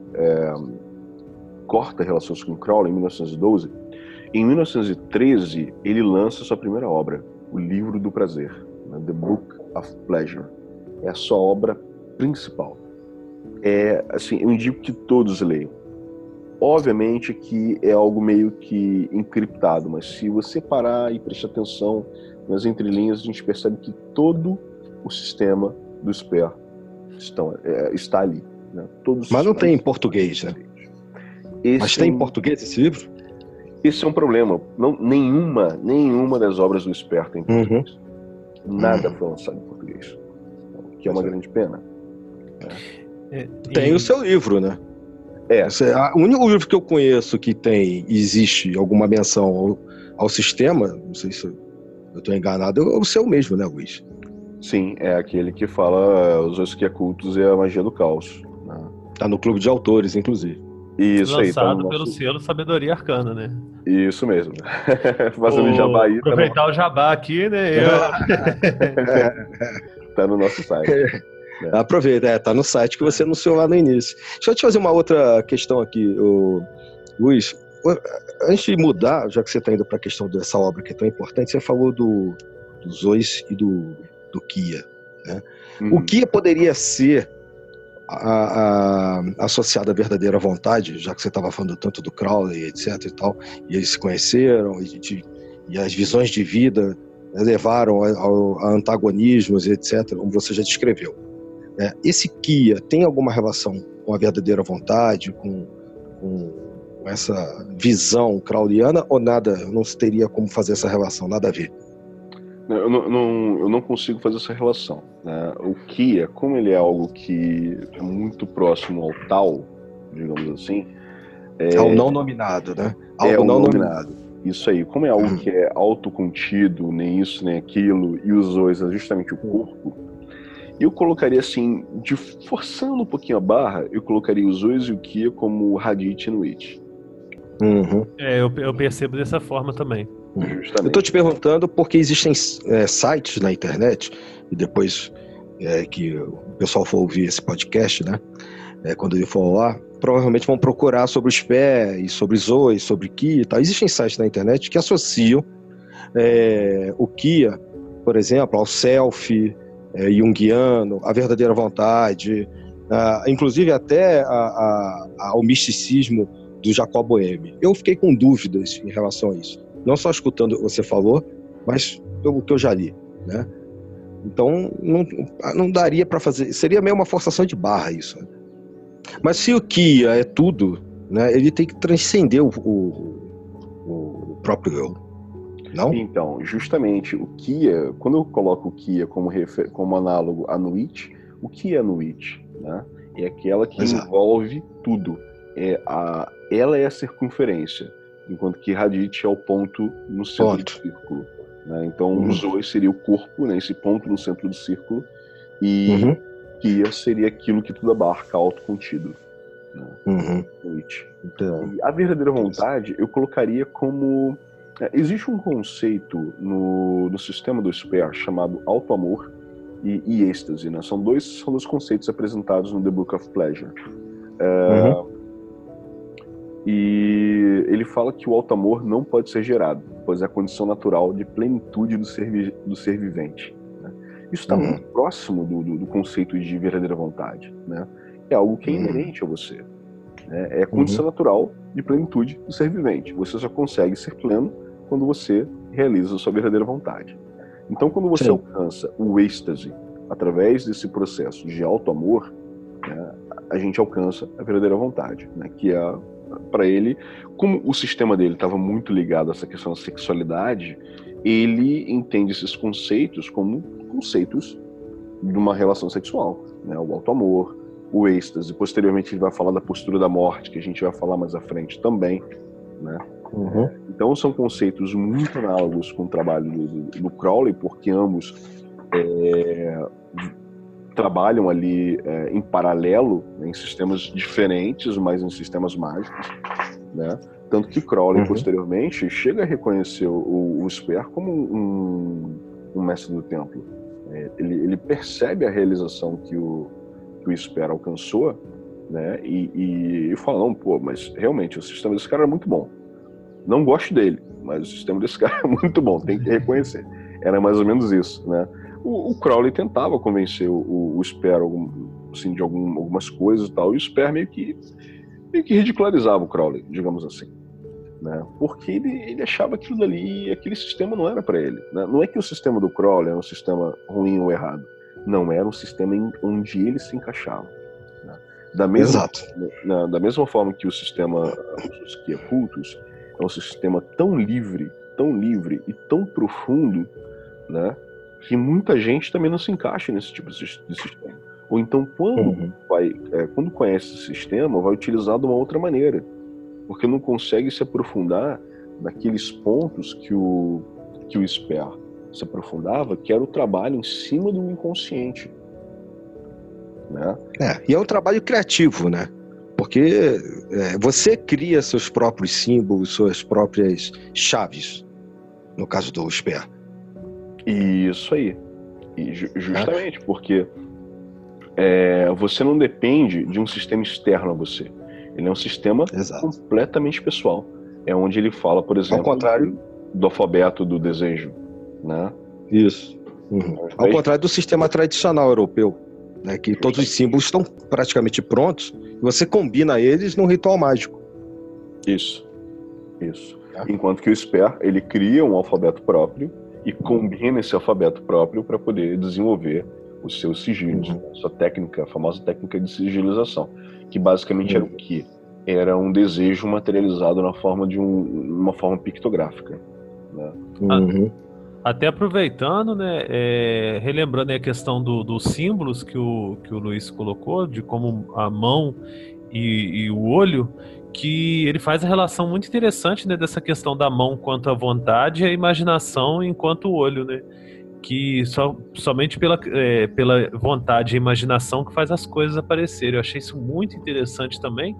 corta relações com Crowley, em 1912, em 1913 ele lança sua primeira obra, O Livro do Prazer, né? The Book of Pleasure. É a sua obra principal. Assim, eu indico que todos leiam. Obviamente que é algo meio que encriptado, mas se você parar e prestar atenção nas entrelinhas, a gente percebe que todo o sistema do Sper está ali, né? Mas não tem em português, né? Mas tem em português esse livro? Esse é um problema. Nenhuma das obras do Sper tem em português. Nada foi lançado em português, que é uma grande pena. Tem o seu livro, né? O único livro que eu conheço que existe alguma menção ao sistema, não sei se eu estou enganado, é o seu mesmo, né, Luiz? Sim, é aquele que fala os Oskiacultos e a magia do caos. Né? Tá no Clube de Autores, inclusive. Isso aí. Lançado pelo selo Sabedoria Arcana, né? Isso mesmo. Fazendo jabá aí. Aproveitar o jabá aqui, né? Tá no nosso site. Aproveita, tá no site que você anunciou lá no início. Deixa eu te fazer uma outra questão aqui, Luiz. Antes de mudar, já que você está indo para a questão dessa obra que é tão importante, você falou do Zois e do Kia, né? O Kia poderia ser associado à verdadeira vontade, já que você estava falando tanto do Crowley, etc. e tal, e eles se conheceram, e as visões de vida levaram a antagonismos, etc., como você já descreveu. Esse Kia tem alguma relação com a verdadeira vontade, com essa visão crowleyana, ou nada, não se teria como fazer essa relação, nada a ver? Eu não consigo fazer essa relação, né? O Kia, como ele é algo que é muito próximo ao Tao, digamos assim... Ao não nominado, né? Algo não nominado. Isso aí. Como é algo que é autocontido, nem isso, nem aquilo, e os dois é justamente o corpo, eu colocaria assim, forçando um pouquinho a barra, eu colocaria os dois e o Kia como Hadith e Nuit. Eu percebo dessa forma também. Justamente. Eu estou te perguntando porque existem sites na internet, e depois que o pessoal for ouvir esse podcast, né, quando ele for lá, provavelmente vão procurar sobre os pés, e sobre Zoe, sobre Kia e tal. Existem sites na internet que associam o Kia, por exemplo, ao self junguiano, à verdadeira vontade, inclusive até ao misticismo do Jacob Boehme. Eu fiquei com dúvidas em relação a isso. Não só escutando o que você falou, mas o que eu já li, né? Então, não daria para fazer... Seria meio uma forçação de barra isso. Né? Mas se o Kia é tudo, né, ele tem que transcender o próprio eu, não? Então, justamente, o Kia... Quando eu coloco o Kia como análogo a Nuit, o que é Nuit? Né? É aquela que envolve tudo. Ela é a circunferência, enquanto que Hadith é o ponto no centro do círculo. né? Então, o Zoe seria o corpo, né? Esse ponto no centro do círculo, e Kia seria aquilo que tudo abarca, autocontido. Né? Então, e a verdadeira vontade eu colocaria como... existe um conceito no sistema do Sper chamado auto-amor e êxtase, né? São dois conceitos apresentados no The Book of Pleasure. E ele fala que o auto-amor não pode ser gerado, pois é a condição natural de plenitude do ser vivente. Né? Isso está muito próximo do conceito de verdadeira vontade. Né? É algo que é inerente a você. Né? É a condição natural de plenitude do ser vivente. Você só consegue ser pleno quando você realiza a sua verdadeira vontade. Então, quando você alcança o êxtase através desse processo de auto-amor, né, a gente alcança a verdadeira vontade, né, que é, para ele, como o sistema dele estava muito ligado a essa questão da sexualidade, ele entende esses conceitos como conceitos de uma relação sexual, né, o auto-amor, o êxtase. Posteriormente ele vai falar da postura da morte, que a gente vai falar mais à frente também, né? Então são conceitos muito análogos com o trabalho do Crowley, porque ambos trabalham ali em paralelo, né, em sistemas diferentes, mas em sistemas mágicos, né? Tanto que Crowley posteriormente chega a reconhecer o Sper como um mestre do templo. Ele percebe a realização que o Sper alcançou, né? E fala, não, pô, mas realmente o sistema desse cara era muito bom. Não gosto dele, mas o sistema desse cara é muito bom, tem que reconhecer. Era mais ou menos isso, né? O Crowley tentava convencer o Sper assim, de algumas coisas e tal, e o Sper meio que ridicularizava o Crowley, digamos assim, né? Porque ele achava aquilo dali, aquele sistema não era para ele, né? Não é que o sistema do Crowley era um sistema ruim ou errado, não, era um sistema onde ele se encaixava, né? Da mesma forma que o sistema dos cultos é um sistema tão livre e tão profundo, né, que muita gente também não se encaixa nesse tipo de sistema. Ou então, quando conhece esse sistema, vai utilizar de uma outra maneira, porque não consegue se aprofundar naqueles pontos que o Sper se aprofundava, que era o trabalho em cima do inconsciente. Né? E é um trabalho criativo, né? Porque você cria seus próprios símbolos, suas próprias chaves, no caso do Sper. Isso aí. E justamente porque você não depende de um sistema externo a você. Ele é um sistema completamente pessoal. É onde ele fala, por exemplo, ao contrário do alfabeto do desejo. Né? Isso. Ao contrário do sistema tradicional europeu, né, que todos os símbolos estão praticamente prontos e você combina eles num ritual mágico. Isso. Enquanto que o Sper, ele cria um alfabeto próprio e combina esse alfabeto próprio para poder desenvolver os seus sigilos, sua técnica, a famosa técnica de sigilização, que basicamente era o quê? Era um desejo materializado na forma de uma forma pictográfica. Né? Até aproveitando, né, relembrando a questão dos símbolos que o Luiz colocou, de como a mão e o olho, que ele faz a relação muito interessante, né, dessa questão da mão quanto à vontade e a imaginação enquanto o olho, né, que somente pela vontade e imaginação que faz as coisas aparecerem. Eu achei isso muito interessante também,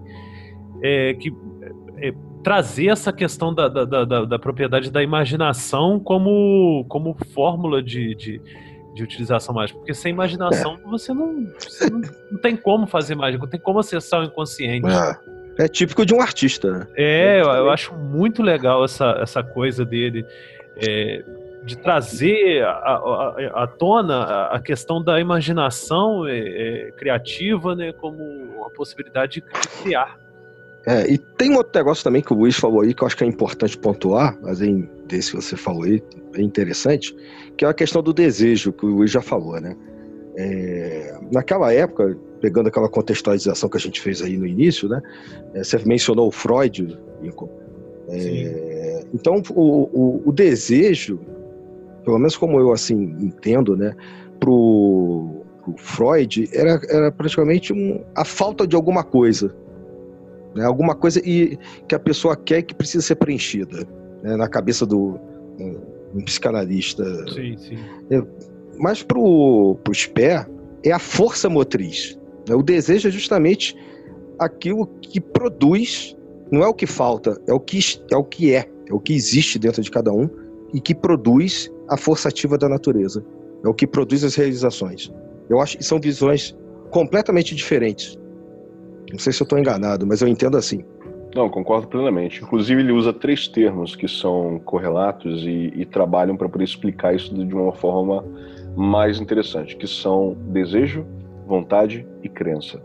trazer essa questão da propriedade da imaginação como fórmula de utilização mágica, porque sem imaginação você não tem como fazer mágica, não tem como acessar o inconsciente. É típico de um artista, né? Eu acho muito legal essa coisa dele, de trazer à tona a questão da imaginação criativa, né, como uma possibilidade de criar. E tem um outro negócio também que o Luiz falou aí, que eu acho que é importante pontuar, mas desse que você falou aí, é interessante, que é a questão do desejo, que o Luiz já falou, né? Naquela época, pegando aquela contextualização que a gente fez aí no início, né? Você mencionou o Freud, Lincoln. Então, o desejo, pelo menos como eu assim entendo, né? Pro Freud, era praticamente a falta de alguma coisa. Né, alguma coisa que a pessoa quer e que precisa ser preenchida, né, na cabeça um psicanalista. Sim, sim. Mas pro Sper é a força motriz. Né? O desejo é justamente aquilo que produz, não é o que falta, é o que é o que existe dentro de cada um e que produz a força ativa da natureza. É o que produz as realizações. Eu acho que são visões completamente diferentes. Não sei se eu estou enganado, mas eu entendo assim. Não, concordo plenamente. Inclusive, ele usa 3 termos que são correlatos e trabalham para poder explicar isso de uma forma mais interessante, que são desejo, vontade e crença.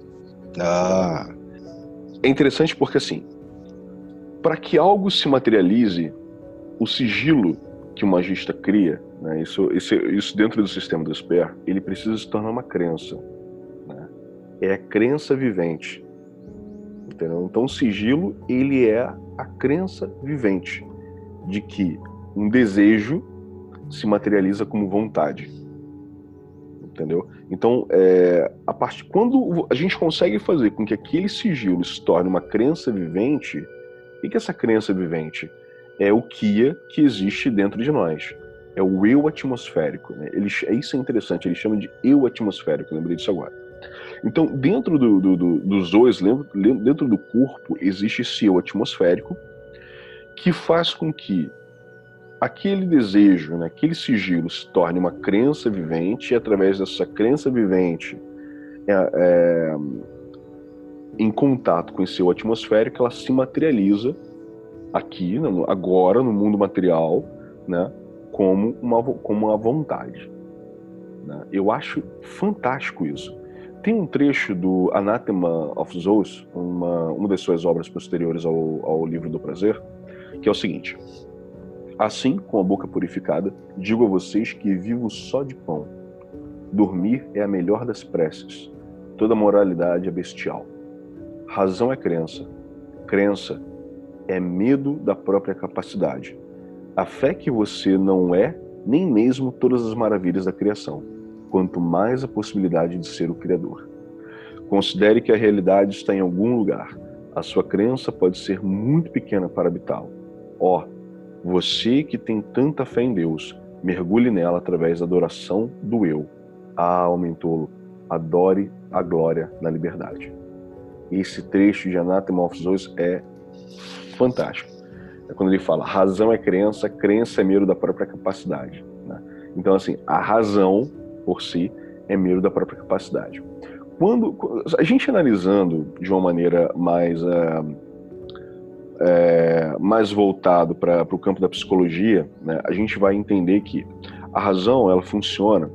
É interessante porque, assim, para que algo se materialize, o sigilo que o magista cria, né, isso dentro do sistema do Sper, ele precisa se tornar uma crença. Né? É a crença vivente. Entendeu? Então, o sigilo, ele é a crença vivente de que um desejo se materializa como vontade. Entendeu? Então, quando a gente consegue fazer com que aquele sigilo se torne uma crença vivente, o que é essa crença vivente? É o Kia que existe dentro de nós. É o eu atmosférico. Né? Isso é interessante, ele chama de eu atmosférico, lembrei disso agora. Então, dentro dos dois, dentro do corpo, existe esse eu atmosférico que faz com que aquele desejo, né, aquele sigilo se torne uma crença vivente, e através dessa crença vivente, em contato com esse eu atmosférico, ela se materializa aqui, agora, no mundo material, né, como uma vontade. Né? Eu acho fantástico isso. Tem um trecho do Anathema of Zeus, uma das suas obras posteriores ao Livro do Prazer, que é o seguinte: assim, com a boca purificada, digo a vocês que vivo só de pão. Dormir é a melhor das preces. Toda moralidade é bestial. Razão é crença. Crença é medo da própria capacidade. A fé que você não é nem mesmo todas as maravilhas da criação, quanto mais a possibilidade de ser o Criador. Considere que a realidade está em algum lugar. A sua crença pode ser muito pequena para habitá-lo. Ó, você que tem tanta fé em Deus, mergulhe nela através da adoração do eu. Aumentou-lo. Adore a glória na liberdade. Esse trecho de Anathema of Zeus é fantástico. É quando ele fala, razão é crença, crença é medo da própria capacidade. Né? Então, assim, a razão por si é medo da própria capacidade. Quando a gente analisando de uma maneira mais voltado para o campo da psicologia, né, a gente vai entender que a razão ela funciona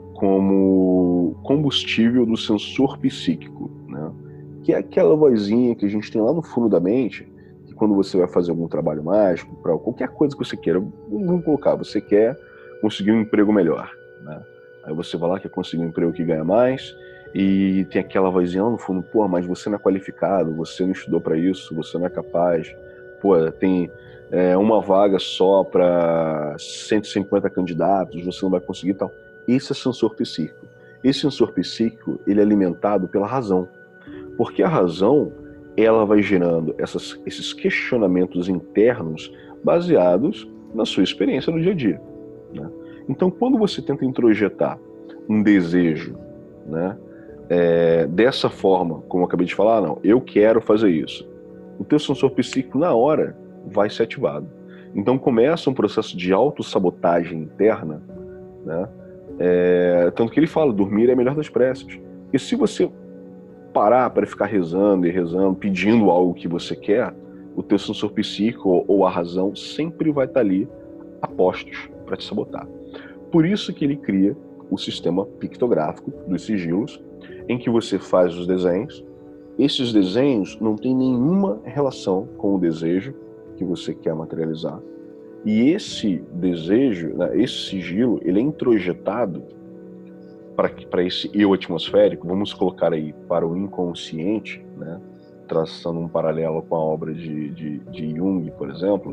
como combustível do sensor psíquico, né, que é aquela vozinha que a gente tem lá no fundo da mente, que quando você vai fazer algum trabalho mágico, para qualquer coisa que você queira, vamos colocar, você quer conseguir um emprego melhor, né? Aí você vai lá, quer conseguir um emprego que ganha mais, e tem aquela vozinha lá no fundo, pô, mas você não é qualificado, você não estudou para isso, você não é capaz, pô, tem uma vaga só para 150 candidatos, você não vai conseguir e tal. Esse é sensor psíquico. Esse sensor psíquico, ele é alimentado pela razão, porque a razão, ela vai gerando esses questionamentos internos baseados na sua experiência no dia a dia, né? Então, quando você tenta introjetar um desejo, né, dessa forma, como eu acabei de falar, não, eu quero fazer isso, o teu sensor psíquico, na hora, vai ser ativado. Então, começa um processo de autossabotagem interna, né? Tanto que ele fala, dormir é a melhor das preces. E se você parar para ficar rezando e rezando, pedindo algo que você quer, o teu sensor psíquico ou a razão sempre vai estar ali a postos para te sabotar. Por isso que ele cria o sistema pictográfico dos sigilos, em que você faz os desenhos. Esses desenhos não têm nenhuma relação com o desejo que você quer materializar. E esse desejo, né, esse sigilo, ele é introjetado para esse eu atmosférico, vamos colocar aí para o inconsciente, né, traçando um paralelo com a obra de Jung, por exemplo.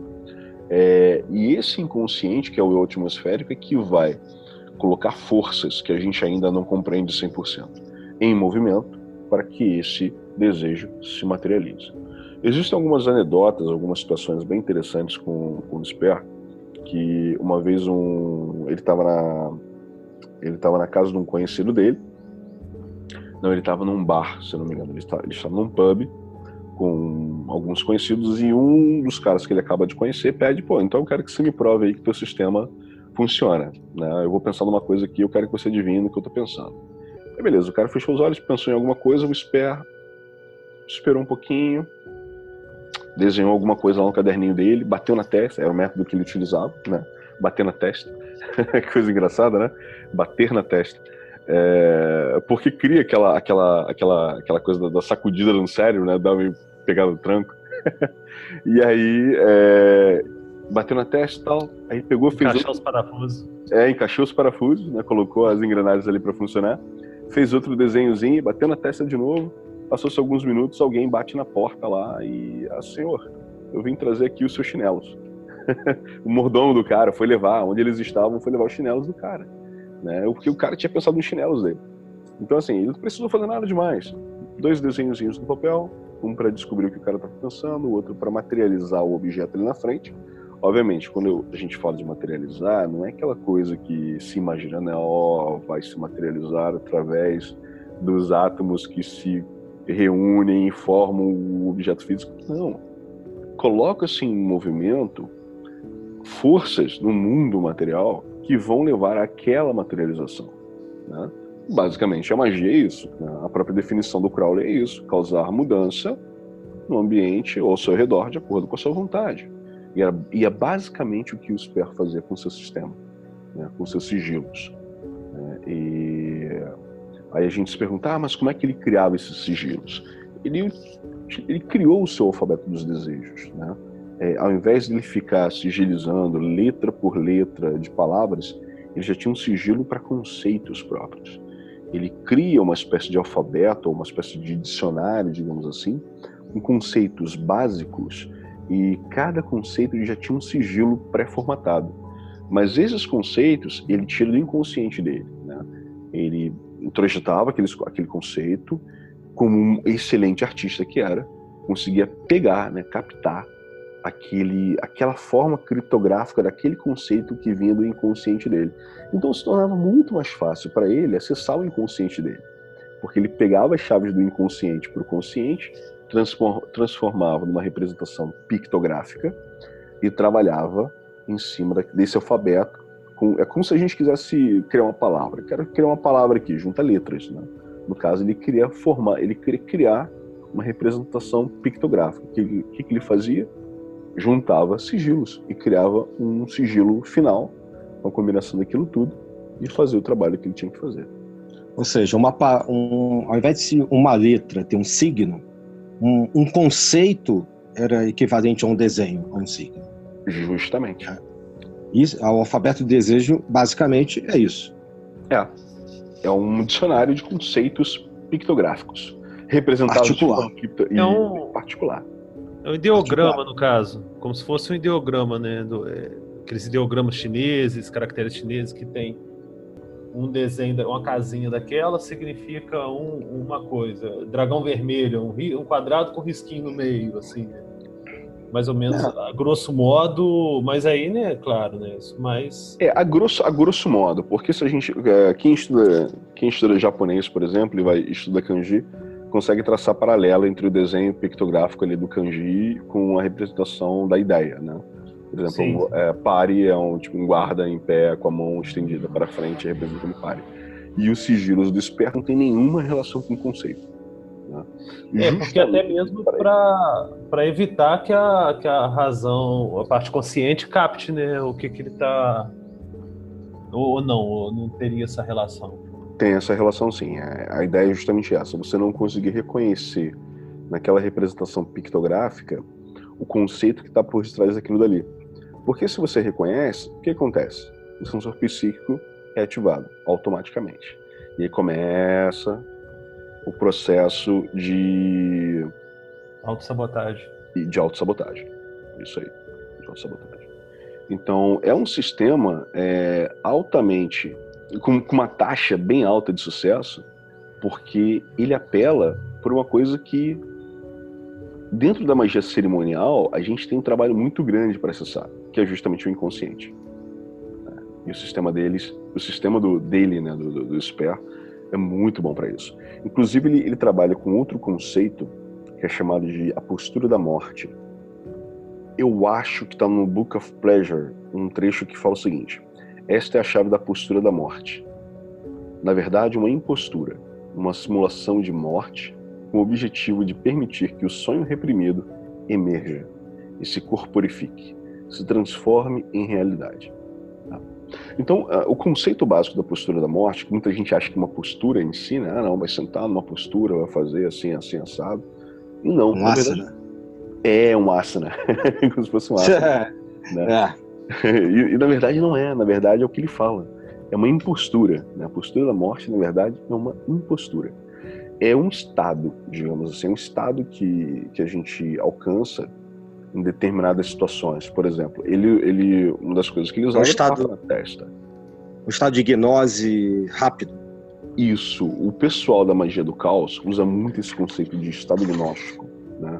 E esse inconsciente, que é o eu atmosférico, é que vai colocar forças que a gente ainda não compreende 100% em movimento para que esse desejo se materialize. Existem algumas anedotas, algumas situações bem interessantes com o Sper, que uma vez ele estava na casa de um conhecido dele. Não, ele estava num bar, se eu não me engano. Ele estava num pub com alguns conhecidos e um dos caras que ele acaba de conhecer pede, pô, então eu quero que você me prove aí que teu sistema funciona, né? Eu vou pensar numa coisa aqui, eu quero que você adivinhe no que eu tô pensando. Aí beleza, o cara fechou os olhos, pensou em alguma coisa, o esperou um pouquinho, desenhou alguma coisa lá no caderninho dele, bateu na testa, era o método que ele utilizava, né? Bater na testa. Coisa engraçada, né? Bater na testa. Porque cria aquela coisa da sacudida no cérebro, né? Dá uma pegada no tranco. E aí bateu na testa e tal, aí pegou, encaixou os parafusos. Encaixou os parafusos, né? Colocou as engrenagens ali para funcionar, fez outro desenhozinho, bateu na testa de novo. Passou-se alguns minutos, alguém bate na porta lá e, senhor, eu vim trazer aqui os seus chinelos. O mordomo do cara foi levar, onde eles estavam, foi levar os chinelos do cara, né? Porque o cara tinha pensado nos chinelos dele. Então, assim, ele não precisou fazer nada demais. 2 desenhozinhos no papel, um para descobrir o que o cara estava pensando, o outro para materializar o objeto ali na frente. Obviamente, quando a gente fala de materializar, não é aquela coisa que se imagina, né? Vai se materializar através dos átomos que se reúnem e formam o objeto físico. Não. Coloca-se em movimento forças no mundo material que vão levar àquela materialização, né? Basicamente, a magia é isso, né? A própria definição do Crowley é isso: causar mudança no ambiente ou ao seu redor de acordo com a sua vontade. E é basicamente o que o Sper fazia com o seu sistema, né? Com seus sigilos, né? E aí a gente se pergunta, mas como é que ele criava esses sigilos? Ele criou o seu alfabeto dos desejos, né? Ao invés de ele ficar sigilizando letra por letra de palavras, ele já tinha um sigilo para conceitos próprios. Ele cria uma espécie de alfabeto, ou uma espécie de dicionário, digamos assim, com conceitos básicos, e cada conceito ele já tinha um sigilo pré-formatado. Mas esses conceitos ele tira do inconsciente dele, né? Ele introjetava aquele conceito, como um excelente artista que era, conseguia pegar, né, captar aquela forma criptográfica daquele conceito que vinha do inconsciente dele. Então se tornava muito mais fácil para ele acessar o inconsciente dele, porque ele pegava as chaves do inconsciente para o consciente, transformava numa representação pictográfica e trabalhava em cima desse alfabeto. É como se a gente quisesse criar uma palavra. Quero criar uma palavra aqui, junta letras, né? No caso, ele queria criar uma representação pictográfica. O que ele fazia? Juntava sigilos e criava um sigilo final, uma combinação daquilo tudo, e fazia o trabalho que ele tinha que fazer. Ou seja, ao invés de uma letra ter um signo, um conceito era equivalente a um desenho, a um signo. Justamente. O alfabeto do desejo, basicamente, é isso. É um dicionário de conceitos pictográficos, representados de forma particular. É um ideograma, no caso, como se fosse um ideograma, né? Aqueles ideogramas chineses, caracteres chineses que tem um desenho, uma casinha daquela significa uma coisa. Dragão vermelho, um quadrado com risquinho no meio, assim, né? Mais ou menos, a grosso modo, mas aí, né, claro, né, isso mais... A grosso modo, porque se a gente, quem estuda japonês, por exemplo, e estuda kanji, consegue traçar paralelo entre o desenho pictográfico ali do kanji com a representação da ideia, né? Por exemplo, pare é um guarda em pé com a mão estendida para frente, representando pare. E os sigilos do Sper não tem nenhuma relação com o conceito, né? Porque até mesmo para evitar que a razão, a parte consciente capte, né, o que ele está... Ou não teria essa relação. Tem essa relação, sim. A ideia é justamente essa: você não conseguir reconhecer naquela representação pictográfica o conceito que está por detrás daquilo dali. Porque se você reconhece, o que acontece? O sensor psíquico é ativado automaticamente. E aí começa o processo de autossabotagem. Isso aí, de autossabotagem. Então, é um sistema altamente, com uma taxa bem alta de sucesso, porque ele apela por uma coisa que dentro da magia cerimonial, a gente tem um trabalho muito grande para acessar, que é justamente o inconsciente. E o sistema deles, o sistema dele, né, do Esper, é muito bom para isso. Inclusive, ele trabalha com outro conceito, que é chamado de a postura da morte. Eu acho que está no Book of Pleasure, um trecho que fala o seguinte: esta é a chave da postura da morte. Na verdade, uma impostura, uma simulação de morte, com o objetivo de permitir que o sonho reprimido emerja e se corporifique, se transforme em realidade. Então, o conceito básico da postura da morte, que muita gente acha que uma postura em si, né? Não, vai sentar numa postura, vai fazer assim, assim, assado. E não, Um asana. É um asana, como se fosse um asana. Né? E na verdade não é, na verdade é o que ele fala. É uma impostura, né? A postura da morte, na verdade, é uma impostura. É um estado, digamos assim, um estado que a gente alcança em determinadas situações. Por exemplo, uma das coisas que ele usava era na testa. Um estado de gnose rápido. Isso. O pessoal da magia do caos usa muito esse conceito de estado gnóstico, né?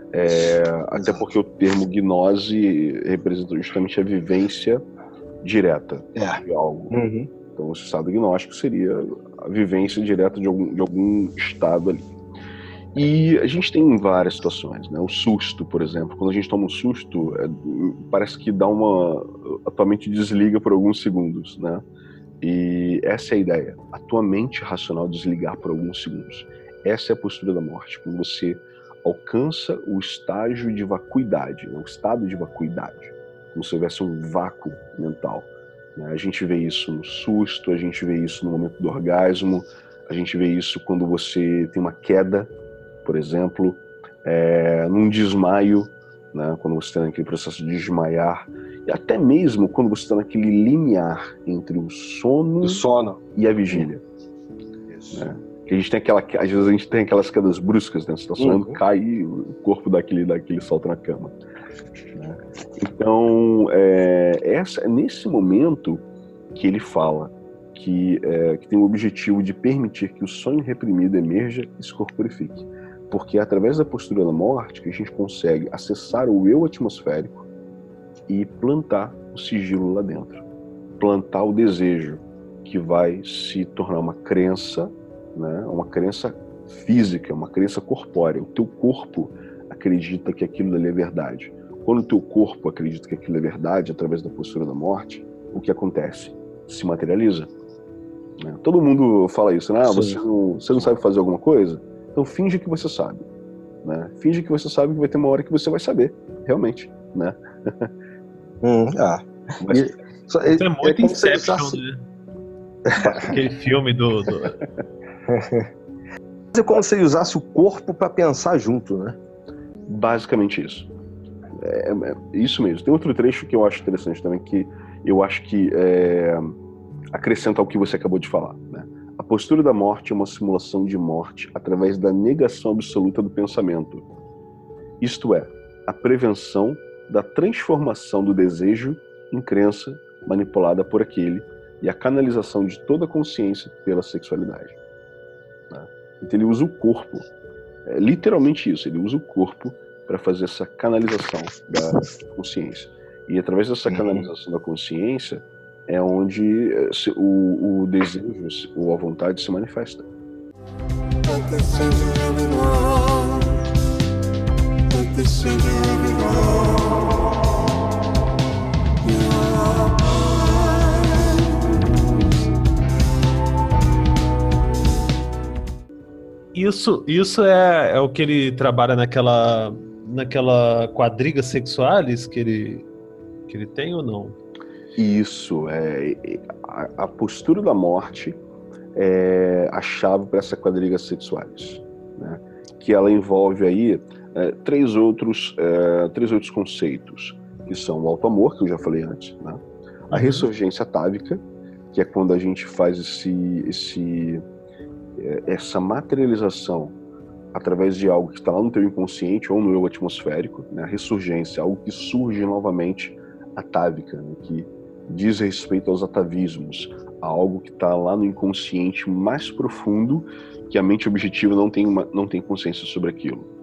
Até porque o termo gnose representa justamente a vivência direta de algo. Uhum. Então, esse estado gnóstico seria a vivência direta de algum estado ali. E a gente tem várias situações, né? O susto, por exemplo. Quando a gente toma um susto, parece que a tua mente desliga por alguns segundos, né? E essa é a ideia. A tua mente racional desligar por alguns segundos. Essa é a postura da morte. Quando você alcança o estágio de vacuidade, né? O estado de vacuidade. Como se houvesse um vácuo mental. Né? A gente vê isso no susto, a gente vê isso no momento do orgasmo, a gente vê isso quando você tem uma queda, por exemplo, num desmaio, né, quando você está naquele processo de desmaiar, e até mesmo quando você está naquele limiar entre o sono e a vigília. Né? Que a gente tem às vezes a gente tem aquelas quedas bruscas, né? Você está sonhando, cai e o corpo dá aquele salto na cama. Né? Então, é nesse momento que ele fala que tem o objetivo de permitir que o sonho reprimido emerja e se corporifique. Porque é através da postura da morte que a gente consegue acessar o eu atmosférico e plantar o sigilo lá dentro. Plantar o desejo, que vai se tornar uma crença, né? Uma crença física, uma crença corpórea. O teu corpo acredita que aquilo ali é verdade. Quando o teu corpo acredita que aquilo é verdade, através da postura da morte, o que acontece? Se materializa. Né? Todo mundo fala isso, né? Você não sabe fazer alguma coisa? Então finge que você sabe, né? Finge que você sabe que vai ter uma hora que você vai saber, realmente, né? Isso é muito Inception, né? Aquele filme do... É como se ele usasse o corpo para pensar junto, né? Basicamente isso. É isso mesmo. Tem outro trecho que eu acho interessante também, que eu acho que acrescenta ao que você acabou de falar, né? A postura da morte é uma simulação de morte através da negação absoluta do pensamento. Isto é, a prevenção da transformação do desejo em crença manipulada por aquele e a canalização de toda a consciência pela sexualidade. Né? Então ele usa o corpo, literalmente isso, ele usa o corpo para fazer essa canalização da consciência. E através dessa canalização da consciência é onde o desejo ou a vontade se manifesta. Isso é o que ele trabalha naquela quadriga sexualis que ele tem ou não? Isso, a postura da morte é a chave para essa quadriga sexualis, né? Que ela envolve aí três outros conceitos, que são o auto-amor, que eu já falei antes, né? A ressurgência atávica, que é quando a gente faz essa materialização através de algo que está lá no teu inconsciente ou no eu atmosférico, né? A ressurgência, algo que surge novamente atávica, né? Que diz respeito aos atavismos, a algo que está lá no inconsciente mais profundo, que a mente objetiva não tem consciência sobre aquilo, né?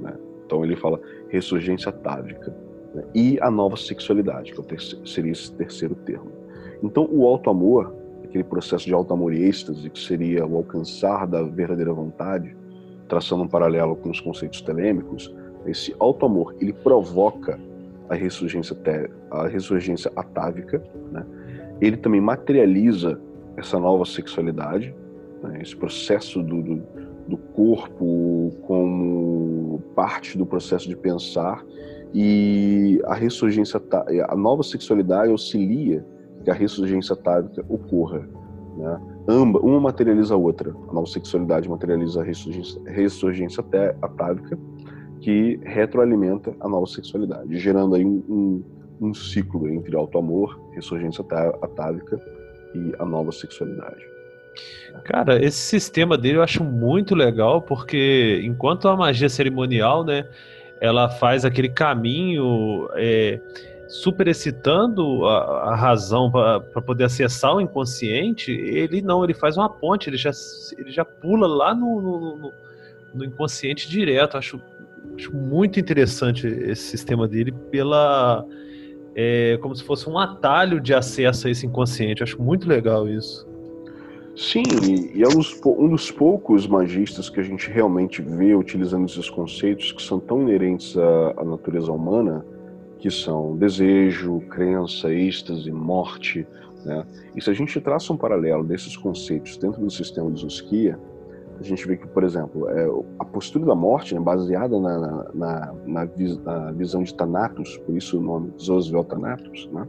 Então ele fala ressurgência atávica, né? E a nova sexualidade, que seria esse terceiro termo. Então o auto-amor, aquele processo de auto-amor e êxtase, que seria o alcançar da verdadeira vontade, traçando um paralelo com os conceitos telêmicos, esse auto-amor, ele provoca a ressurgência atávica, né? Ele também materializa essa nova sexualidade, né? Esse processo do corpo como parte do processo de pensar, e a nova sexualidade auxilia que a ressurgência atávica ocorra, né? Uma materializa a outra. A nova sexualidade materializa a ressurgência atávica, que retroalimenta a nova sexualidade, gerando aí um ciclo entre auto-amor, ressurgência atávica e a nova sexualidade. Cara, esse sistema dele eu acho muito legal, porque enquanto a magia cerimonial, né, ela faz aquele caminho super excitando a razão para poder acessar o inconsciente, ele faz uma ponte, ele já pula lá no inconsciente direto. Acho muito interessante esse sistema dele como se fosse um atalho de acesso a esse inconsciente. Acho muito legal isso. Sim, e é um dos poucos magistas que a gente realmente vê utilizando esses conceitos que são tão inerentes à natureza humana, que são desejo, crença, êxtase, morte, né? E se a gente traça um paralelo desses conceitos dentro do sistema de Zusquia, a gente vê que, por exemplo, a postura da morte, né, baseada na visão de Thanatos, por isso o nome Zosvel Thanatos, né?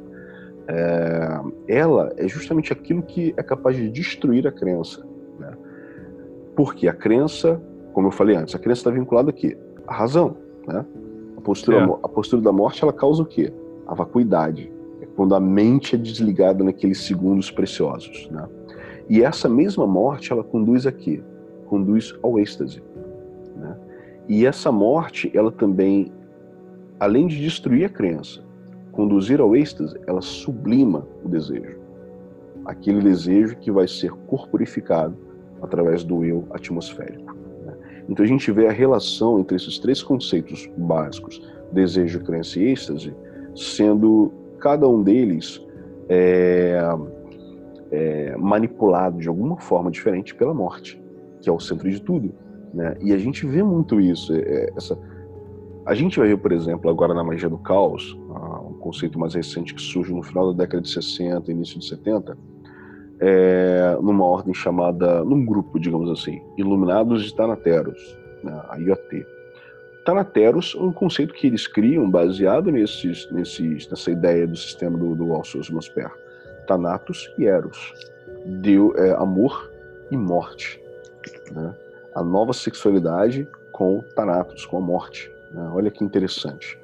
Ela é justamente aquilo que é capaz de destruir a crença, né? Porque a crença, como eu falei antes, a crença está vinculada aqui à razão, né? A postura da morte, ela causa o quê? A vacuidade. É quando a mente é desligada naqueles segundos preciosos, né? E essa mesma morte, ela conduz a quê? Conduz ao êxtase, né? E essa morte, ela também, além de destruir a crença, conduzir ao êxtase, ela sublima o desejo. Aquele desejo que vai ser corporificado através do eu atmosférico, né? Então a gente vê a relação entre esses três conceitos básicos, desejo, crença e êxtase, sendo cada um deles manipulado de alguma forma diferente pela morte, que é o centro de tudo, né? E a gente vê muito isso. A gente vai ver, por exemplo, agora na magia do caos, um conceito mais recente que surge no final da década de 60, início de 70, numa ordem chamada, num grupo, digamos assim, Iluminados de Thanateros, né, a IoT. Thanateros é um conceito que eles criam baseado nessa ideia do sistema do Alçosmosper. Thanatos e Eros, amor e morte, né? A nova sexualidade com Thanatos, com a morte, né? Olha que interessante.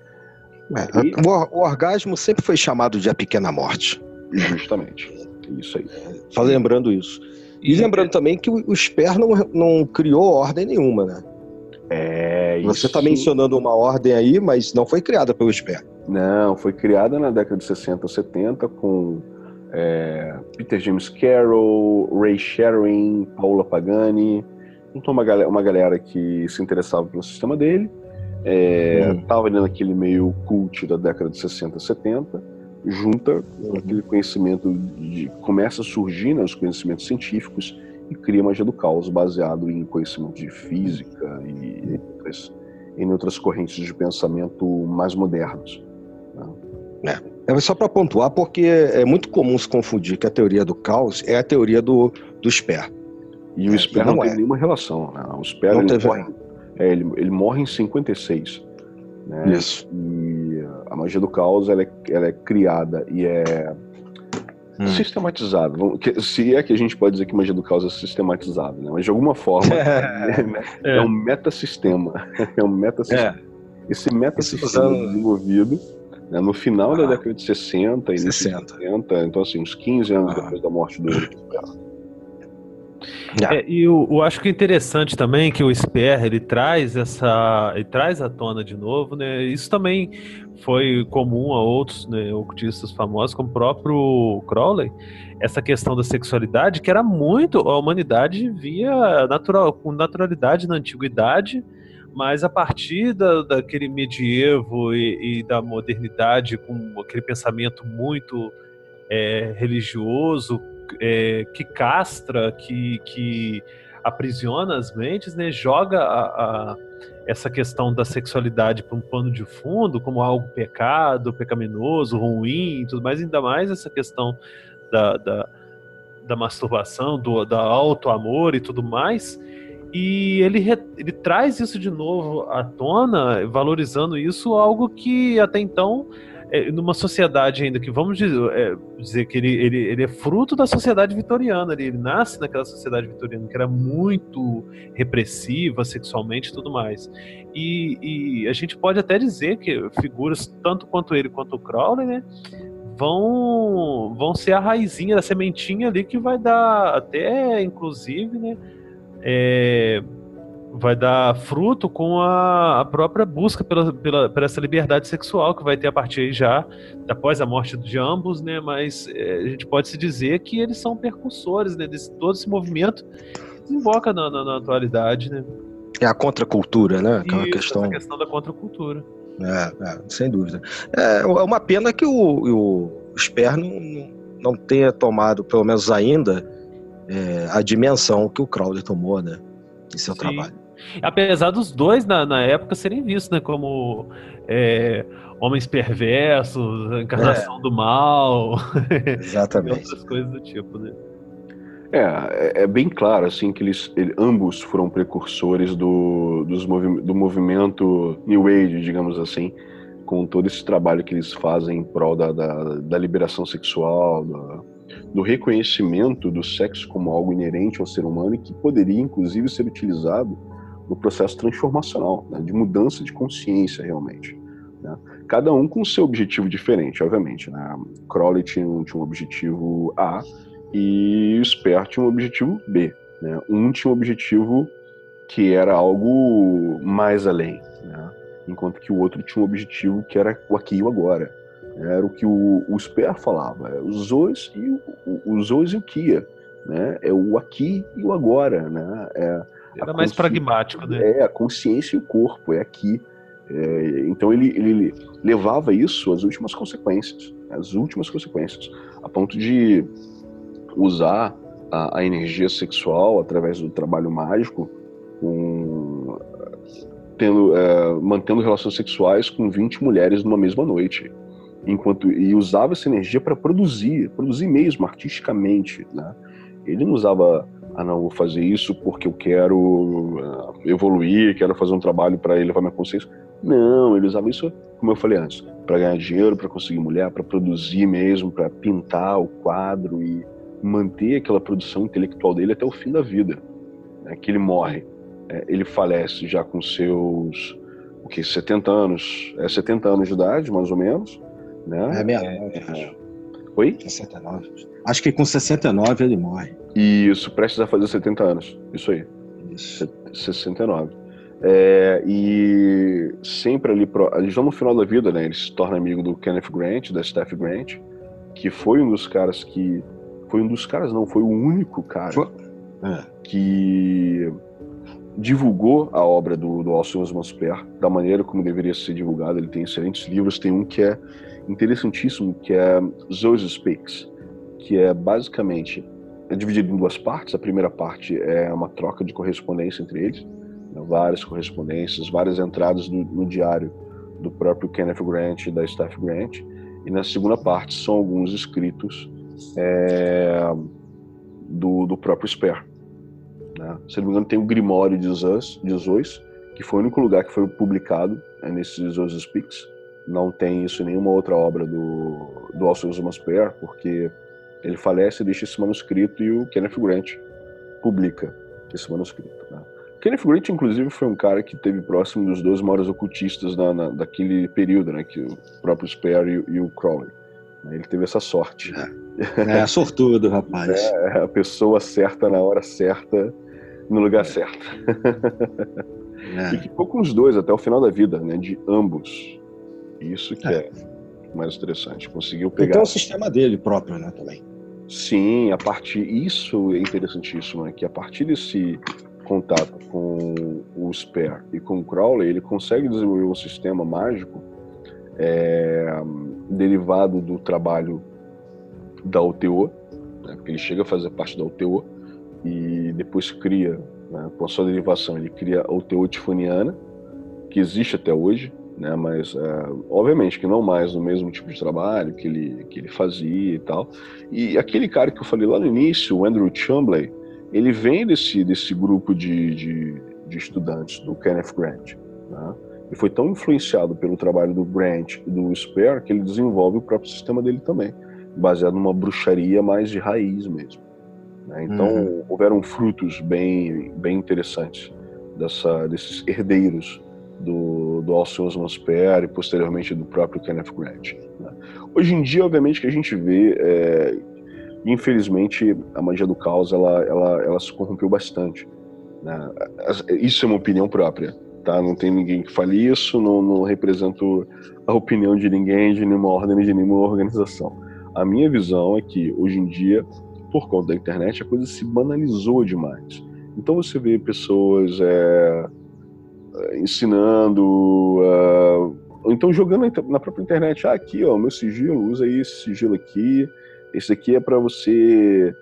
O orgasmo sempre foi chamado de a pequena morte. Justamente, isso aí. Só lembrando isso. E lembrando também que o Sper não criou ordem nenhuma, né? Você está mencionando uma ordem aí, mas não foi criada pelo Sper. Não, foi criada na década de 60 ou 70 com Peter James Carroll, Ray Sherwin, Paula Pagani. Então uma galera que se interessava pelo sistema dele, estava ali naquele meio cult da década de 60, 70, junta aquele conhecimento começa a surgir, né, os conhecimentos científicos, e cria magia do caos baseado em conhecimento de física e em outras correntes de pensamento mais modernos, né? É só para pontuar, porque é muito comum se confundir que a teoria do caos é a teoria do Sper. E o Sper não tem nenhuma relação, né? O Sper ele morre em 56, né? Isso. E a magia do caos ela é criada e é sistematizada. Se é que a gente pode dizer que a magia do caos é sistematizada, né? Mas de alguma forma é um metasistema. É um metasistema. Esse metasistema desenvolvido, né, no final da década de 60, início de 70, então assim, uns 15 anos depois da morte do Sper. E eu acho que é interessante também que o Sper ele traz à tona de novo, né? Isso também foi comum a outros, né, ocultistas famosos, como o próprio Crowley, essa questão da sexualidade, que era muito, a humanidade via com naturalidade na antiguidade, mas a partir daquele medievo e da modernidade, com aquele pensamento muito religioso, que castra, que aprisiona as mentes, né, joga essa questão da sexualidade para um pano de fundo, como algo pecaminoso, ruim e tudo mais, ainda mais essa questão da masturbação, da auto-amor e tudo mais. E ele traz isso de novo à tona, valorizando isso, algo que até então, numa sociedade ainda que, vamos dizer que ele é fruto da sociedade vitoriana, ele nasce naquela sociedade vitoriana que era muito repressiva sexualmente e tudo mais. E a gente pode até dizer que figuras, tanto quanto ele quanto o Crowley, né, vão ser a raizinha, a sementinha ali que vai dar até, inclusive, né, vai dar fruto com a própria busca por essa liberdade sexual que vai ter a partir aí já após a morte de ambos, né? Mas a gente pode se dizer que eles são percussores, né, de todo esse movimento que desemboca na atualidade, né? É a contracultura, né? Isso, questão... essa questão da contracultura. Sem dúvida. É uma pena que o Sper não tenha tomado, pelo menos ainda, a dimensão que o Crowley tomou, né, em seu trabalho. Apesar dos dois, na época, serem vistos, né, como homens perversos, a encarnação do mal, exatamente. e outras coisas do tipo, né? É bem claro, assim, que ambos foram precursores do movimento New Age, digamos assim, com todo esse trabalho que eles fazem em prol da liberação sexual, do reconhecimento do sexo como algo inerente ao ser humano e que poderia, inclusive, ser utilizado no processo transformacional, né, de mudança de consciência, realmente. Né? Cada um com seu objetivo diferente, obviamente. Né? Crowley tinha um objetivo A e o Sper tinha um objetivo B. Né? Um tinha um objetivo que era algo mais além, né? Enquanto que o outro tinha um objetivo que era o aqui e o agora. Era o que o Sper falava, os Zoes e o Kia, né? É o aqui e o agora, né? Era mais pragmático, né? É a consciência e o corpo, é aqui. Então ele levava isso às últimas consequências, a ponto de usar a energia sexual através do trabalho mágico, mantendo relações sexuais com 20 mulheres numa mesma noite. E usava essa energia para produzir mesmo, artisticamente, né? Ele não usava, não, vou fazer isso porque eu quero evoluir, quero fazer um trabalho para elevar minha consciência. Não, ele usava isso, como eu falei antes, para ganhar dinheiro, para conseguir mulher, para produzir mesmo, para pintar o quadro e manter aquela produção intelectual dele até o fim da vida, né? Que ele morre. Ele falece já com seus 70 anos, 70 anos de idade, mais ou menos, né? 69. Oi? 69. Acho que com 69 ele morre. Isso, prestes a fazer 70 anos. Isso aí. Isso. 69. E sempre ali, já no final da vida, né, ele se torna amigo do Kenneth Grant, da Steph Grant, que foi um dos caras que... Foi o único cara que divulgou a obra do Alceu Sper da maneira como deveria ser divulgada. Ele tem excelentes livros, tem um que é interessantíssimo, que é Zoe Speaks, que é basicamente dividido em duas partes. A primeira parte é uma troca de correspondência entre eles, né, várias correspondências, várias entradas no diário do próprio Kenneth Grant e da Steph Grant, e na segunda parte são alguns escritos do próprio Sper. Né? Se não me engano, tem o Grimório de Zoes, que foi o único lugar que foi publicado nesse Zoe Speaks. Não tem isso em nenhuma outra obra do Alceu Sper, porque ele falece e deixa esse manuscrito e o Kenneth Grant publica esse manuscrito. Né? Kenneth Grant, inclusive, foi um cara que esteve próximo dos dois maiores ocultistas daquele período, né, que o próprio Sper e o Crowley. Ele teve essa sorte. Sortudo, rapaz. A pessoa certa na hora certa, no lugar certo. E ficou com os dois até o final da vida, né, de ambos. Isso que é mais interessante. Conseguiu pegar... Então o sistema dele próprio, né, também. Sim, isso é interessantíssimo, né, que a partir contato com o Sper e com o Crowley, ele consegue desenvolver um sistema mágico derivado do trabalho da UTO, né, porque ele chega a fazer parte da UTO e depois cria, né, com a sua derivação, ele cria a UTO tifoniana, que existe até hoje, né, mas obviamente que não mais no mesmo tipo de trabalho que ele fazia e tal. E aquele cara que eu falei lá no início, o Andrew Chumbley, ele vem desse grupo de estudantes do Kenneth Grant, né? E foi tão influenciado pelo trabalho do Grant e do Sper que ele desenvolve o próprio sistema dele também, baseado numa bruxaria mais de raiz mesmo, né? Então houveram frutos bem interessantes desses herdeiros do Alceu Sper e posteriormente do próprio Kenneth Grant, né? Hoje em dia, obviamente, que a gente vê, infelizmente, a magia do caos ela se corrompeu bastante, né? Isso é uma opinião própria, tá? Não tem ninguém que fale isso, não represento a opinião de ninguém, de nenhuma ordem, de nenhuma organização. A minha visão é que, hoje em dia, por conta da internet, a coisa se banalizou demais. Então você vê pessoas ensinando, ou então jogando na própria internet. Aqui, ó, meu sigilo, usa esse sigilo aqui. Esse aqui é para você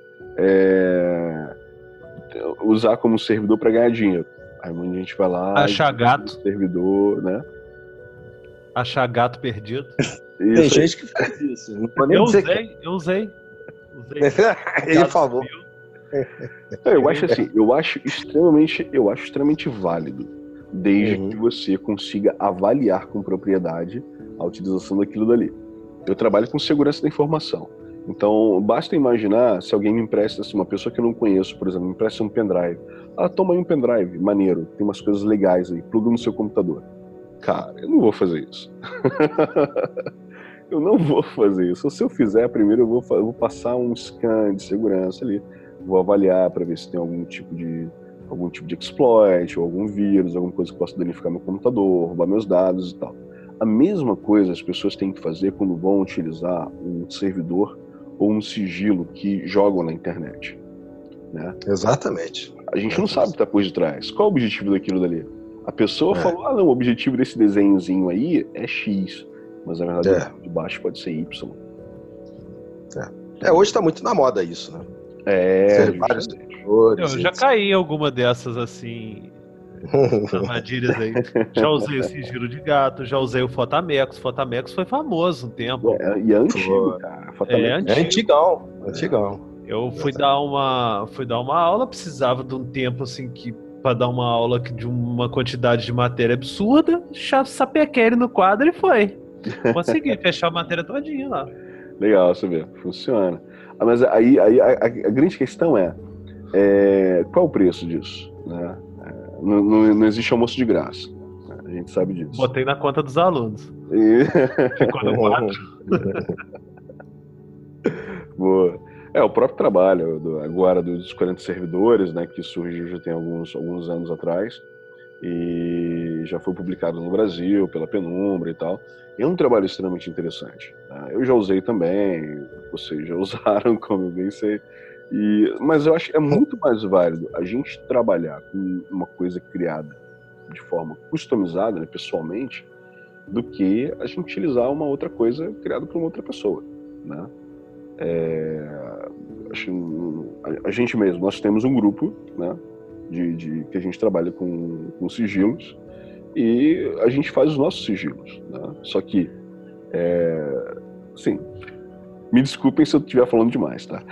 usar como servidor para ganhar dinheiro. Aí a gente vai lá, achar gato, servidor, né? Achar gato perdido. Tem gente que faz isso. Não pode nem dizer eu usei. Ele falou. Eu acho assim, eu acho extremamente válido, desde que você consiga avaliar com propriedade a utilização daquilo dali. Eu trabalho com segurança da informação. Então, basta imaginar se alguém me empresta, assim, uma pessoa que eu não conheço, por exemplo, me empresta um pendrive. Toma aí um pendrive, maneiro, tem umas coisas legais aí, pluga no seu computador. Cara, eu não vou fazer isso. Eu não vou fazer isso. Se eu fizer, primeiro eu vou passar um scan de segurança ali, vou avaliar para ver se tem algum tipo de exploit, ou algum vírus, alguma coisa que possa danificar meu computador, roubar meus dados e tal. A mesma coisa as pessoas têm que fazer quando vão utilizar um servidor ou um sigilo que jogam na internet, né? Exatamente. A gente não sabe o que está por detrás. Qual é o objetivo daquilo dali? A pessoa falou, não, o objetivo desse desenhozinho aí é X, mas na verdade de baixo pode ser Y. Hoje está muito na moda isso, né? Vários eu já caí em alguma dessas assim, armadilhas aí. Já usei o sigilo de gato, já usei o Fotamex. O Fotamex foi famoso um tempo. E é antigo, cara. É antigão. Eu fui dar uma aula, precisava de um tempo assim para dar uma aula de uma quantidade de matéria absurda, sapequei ele no quadro e foi. Consegui fechar a matéria todinha lá. Legal, você vê, funciona. Mas aí a grande questão qual o preço disso, né? Não existe almoço de graça, né? A gente sabe disso. Botei na conta dos alunos. Ficou no quadro. Boa. O próprio trabalho agora dos 40 servidores, né, que surgiu já tem alguns anos atrás e já foi publicado no Brasil pela Penumbra e tal. É um trabalho extremamente interessante, né? Eu já usei também, vocês já usaram, como eu bem sei, mas eu acho que é muito mais válido a gente trabalhar com uma coisa criada de forma customizada, né, pessoalmente, do que a gente utilizar uma outra coisa criada por uma outra pessoa, né? A gente mesmo, nós temos um grupo, né, que a gente trabalha com sigilos e a gente faz os nossos sigilos, né? Só que, sim, me desculpem se eu estiver falando demais, tá?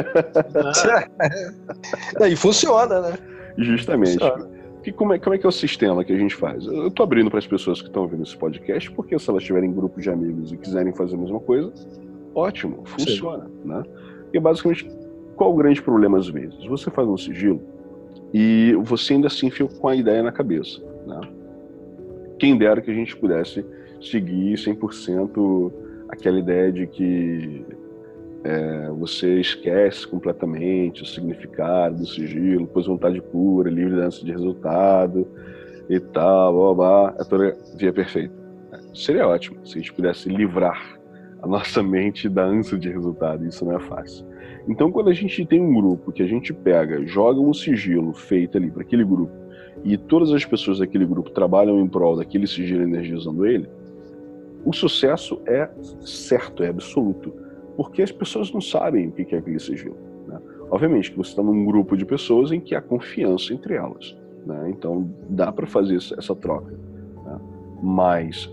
E funciona, né? Justamente. E como é que é o sistema que a gente faz? Eu tô abrindo para as pessoas que estão ouvindo esse podcast, porque se elas tiverem grupos de amigos e quiserem fazer a mesma coisa, ótimo, funciona, né? E basicamente, qual o grande problema às vezes? Você faz um sigilo e você ainda assim fica com a ideia na cabeça, né? Quem dera que a gente pudesse seguir 100% aquela ideia de que você esquece completamente o significado do sigilo, pois vontade pura, livre dança de resultado e tal, blá, blá, é toda via perfeita. Seria ótimo se a gente pudesse livrar A nossa mente dá ânsia de resultado, isso não é fácil. Então, quando a gente tem um grupo que a gente pega, joga um sigilo feito ali para aquele grupo, e todas as pessoas daquele grupo trabalham em prol daquele sigilo energizando ele, o sucesso é certo, é absoluto, porque as pessoas não sabem o que é aquele sigilo, né? Obviamente que você está num grupo de pessoas em que há confiança entre elas, né? Então dá para fazer essa troca, né? Mas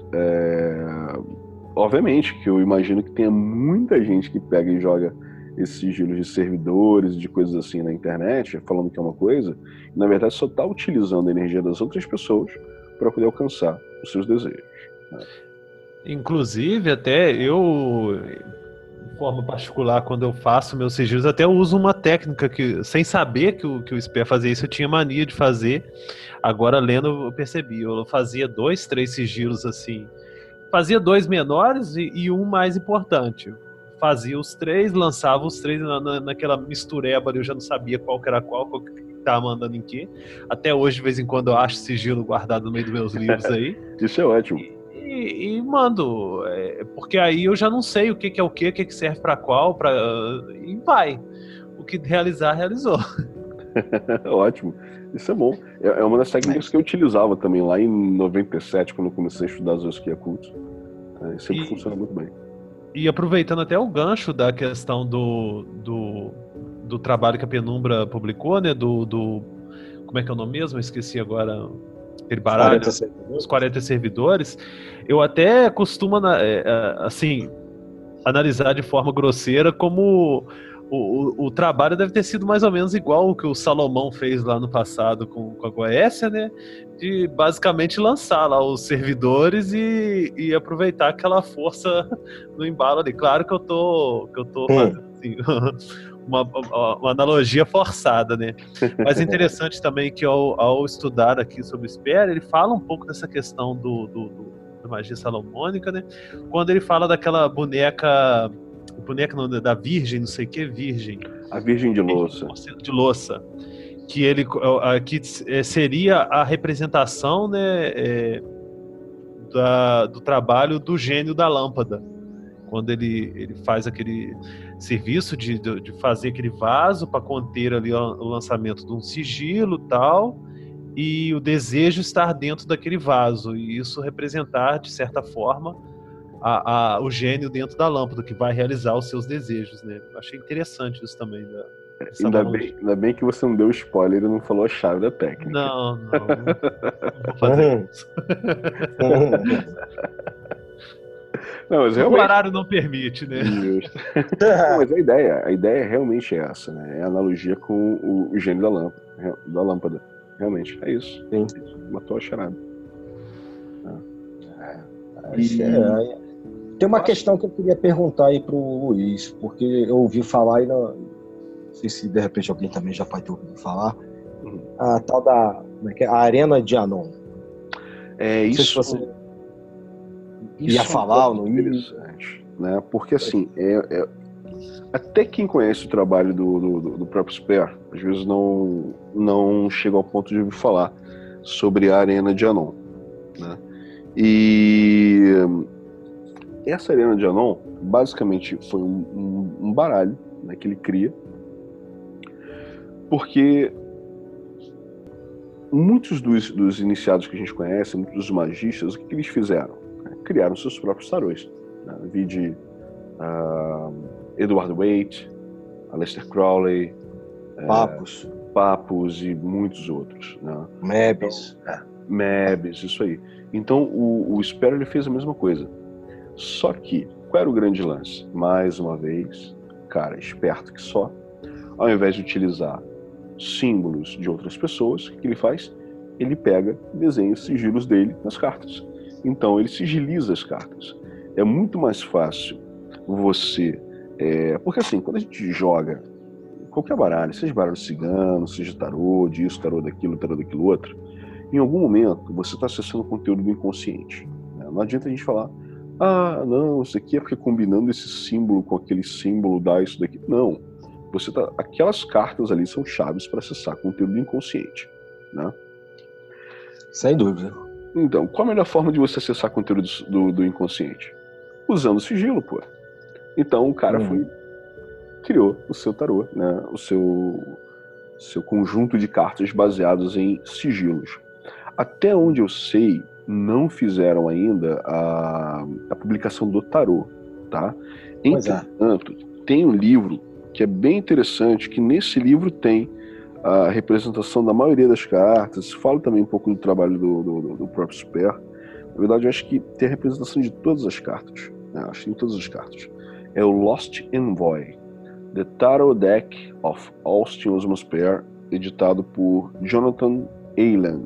obviamente que eu imagino que tenha muita gente que pega e joga esses sigilos de servidores, de coisas assim na internet, falando que é uma coisa, e na verdade só está utilizando a energia das outras pessoas para poder alcançar os seus desejos, né? Inclusive, até eu, de forma particular, quando eu faço meus sigilos, até eu uso uma técnica que, sem saber que o Sper fazia isso, eu tinha mania de fazer. Agora, lendo, eu percebi. Eu fazia 2, 3 sigilos assim. Fazia 2 menores e um mais importante. Fazia os 3, lançava os 3 naquela mistureba ali, eu já não sabia qual que era qual que estava mandando em quê. Até hoje, de vez em quando, eu acho sigilo guardado no meio dos meus livros aí. Isso é ótimo. E mando, porque aí eu já não sei o que é o que serve para qual, e vai. O que realizar, realizou. Ótimo, isso é bom. É uma das técnicas que eu utilizava também lá em 97, quando eu comecei a estudar Zoskia Culto. Sempre funciona muito bem. E aproveitando até o gancho da questão do trabalho que a Penumbra publicou, né? Como é que é o nome mesmo? Eu esqueci agora. Aquele baralho, os 40 servidores. Eu até costumo, assim, analisar de forma grosseira como o trabalho deve ter sido mais ou menos igual o que o Salomão fez lá no passado com a Goécia, né? De basicamente lançar lá os servidores e aproveitar aquela força no embalo ali. Claro que eu tô fazendo assim, uma analogia forçada, né? Mas é interessante também que ao estudar aqui sobre o Sper, ele fala um pouco dessa questão da magia salomônica, né? Quando ele fala daquela boneca não, da Virgem, não sei o que, Virgem. A Virgem de Louça. De Louça. Que seria a representação, né, do trabalho do gênio da lâmpada. Quando ele faz aquele serviço de fazer aquele vaso para conter ali o lançamento de um sigilo e tal, e o desejo estar dentro daquele vaso, e isso representar, de certa forma, o gênio dentro da lâmpada, que vai realizar os seus desejos, né? Eu achei interessante isso também. Ainda bem que você não deu spoiler e não falou a chave da técnica. Não vou fazer isso. Não, mas realmente... O horário não permite, né? Não, mas a ideia realmente é essa, né? É a analogia com o gênio da lâmpada. Realmente, é isso. Sim. Matou a charada. Tem uma questão que eu queria perguntar aí pro Luiz, porque eu ouvi falar e não sei se de repente alguém também já pode ter ouvido falar, a tal da a Arena de Anon. Isso. Se você ia falar ou não ia? Interessante, né? Porque assim, até quem conhece o trabalho do próprio Sper, às vezes não chega ao ponto de ouvir falar sobre a Arena de Anon, né? E essa Arena de Anon basicamente foi um baralho, né, que ele cria, porque muitos dos iniciados que a gente conhece, muitos dos magistas, o que eles fizeram? Criaram seus próprios tarôs, né? Vi de Edward Waite, Aleister Crowley, Papus e muitos outros, né? Mebs, isso aí. Então o Sper, ele fez a mesma coisa. Só que, qual era o grande lance? Mais uma vez, cara esperto que só, ao invés de utilizar símbolos de outras pessoas, o que ele faz? Ele pega e desenha os sigilos dele nas cartas. Então ele sigiliza as cartas. É muito mais fácil você... porque assim, quando a gente joga qualquer baralho, seja baralho cigano, seja tarô disso, tarô daquilo outro, em algum momento você está acessando conteúdo do inconsciente, né? Não adianta a gente falar, não, isso aqui é porque combinando esse símbolo com aquele símbolo dá isso daqui. Não. Aquelas cartas ali são chaves para acessar conteúdo do inconsciente, né? Sem dúvida. Então, qual a melhor forma de você acessar conteúdo do inconsciente? Usando sigilo, pô. Então o cara criou o seu tarô, né? O seu conjunto de cartas baseados em sigilos. Até onde eu sei, não fizeram ainda a publicação do tarô, tá? Entretanto, tem um livro que é bem interessante, que nesse livro tem a representação da maioria das cartas, fala também um pouco do trabalho do próprio Sper. Na verdade, eu acho que tem a representação de todas as cartas, né? Acho que tem todas as cartas. É o Lost Envoy, The Tarot Deck of Austin Osmo Sper, editado por Jonathan Aylan.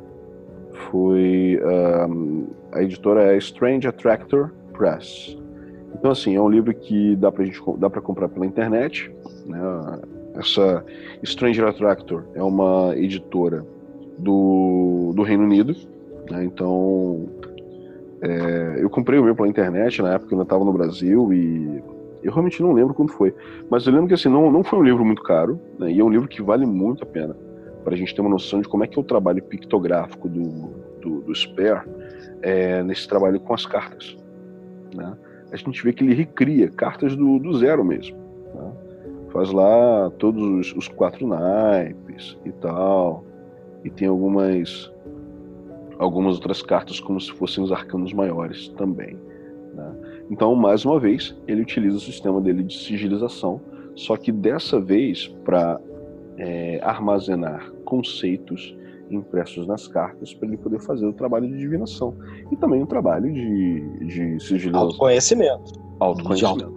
A editora é Strange Attractor Press. Então, assim, é um livro que dá para comprar pela internet, né? Essa Strange Attractor é uma editora do Reino Unido, né? Então, eu comprei o meu pela internet na época que eu ainda estava no Brasil e eu realmente não lembro quando foi, mas eu lembro que assim, não foi um livro muito caro, né? E é um livro que vale muito a pena para a gente ter uma noção de como é que é o trabalho pictográfico do Sper nesse trabalho com as cartas, né? A gente vê que ele recria cartas do zero mesmo, né? Faz lá todos os 4 naipes e tal, e tem algumas outras cartas como se fossem os arcanos maiores também, né? Então, mais uma vez, ele utiliza o sistema dele de sigilização, só que dessa vez para armazenar conceitos impressos nas cartas para ele poder fazer o trabalho de divinação e também o trabalho de sigilização. Autoconhecimento.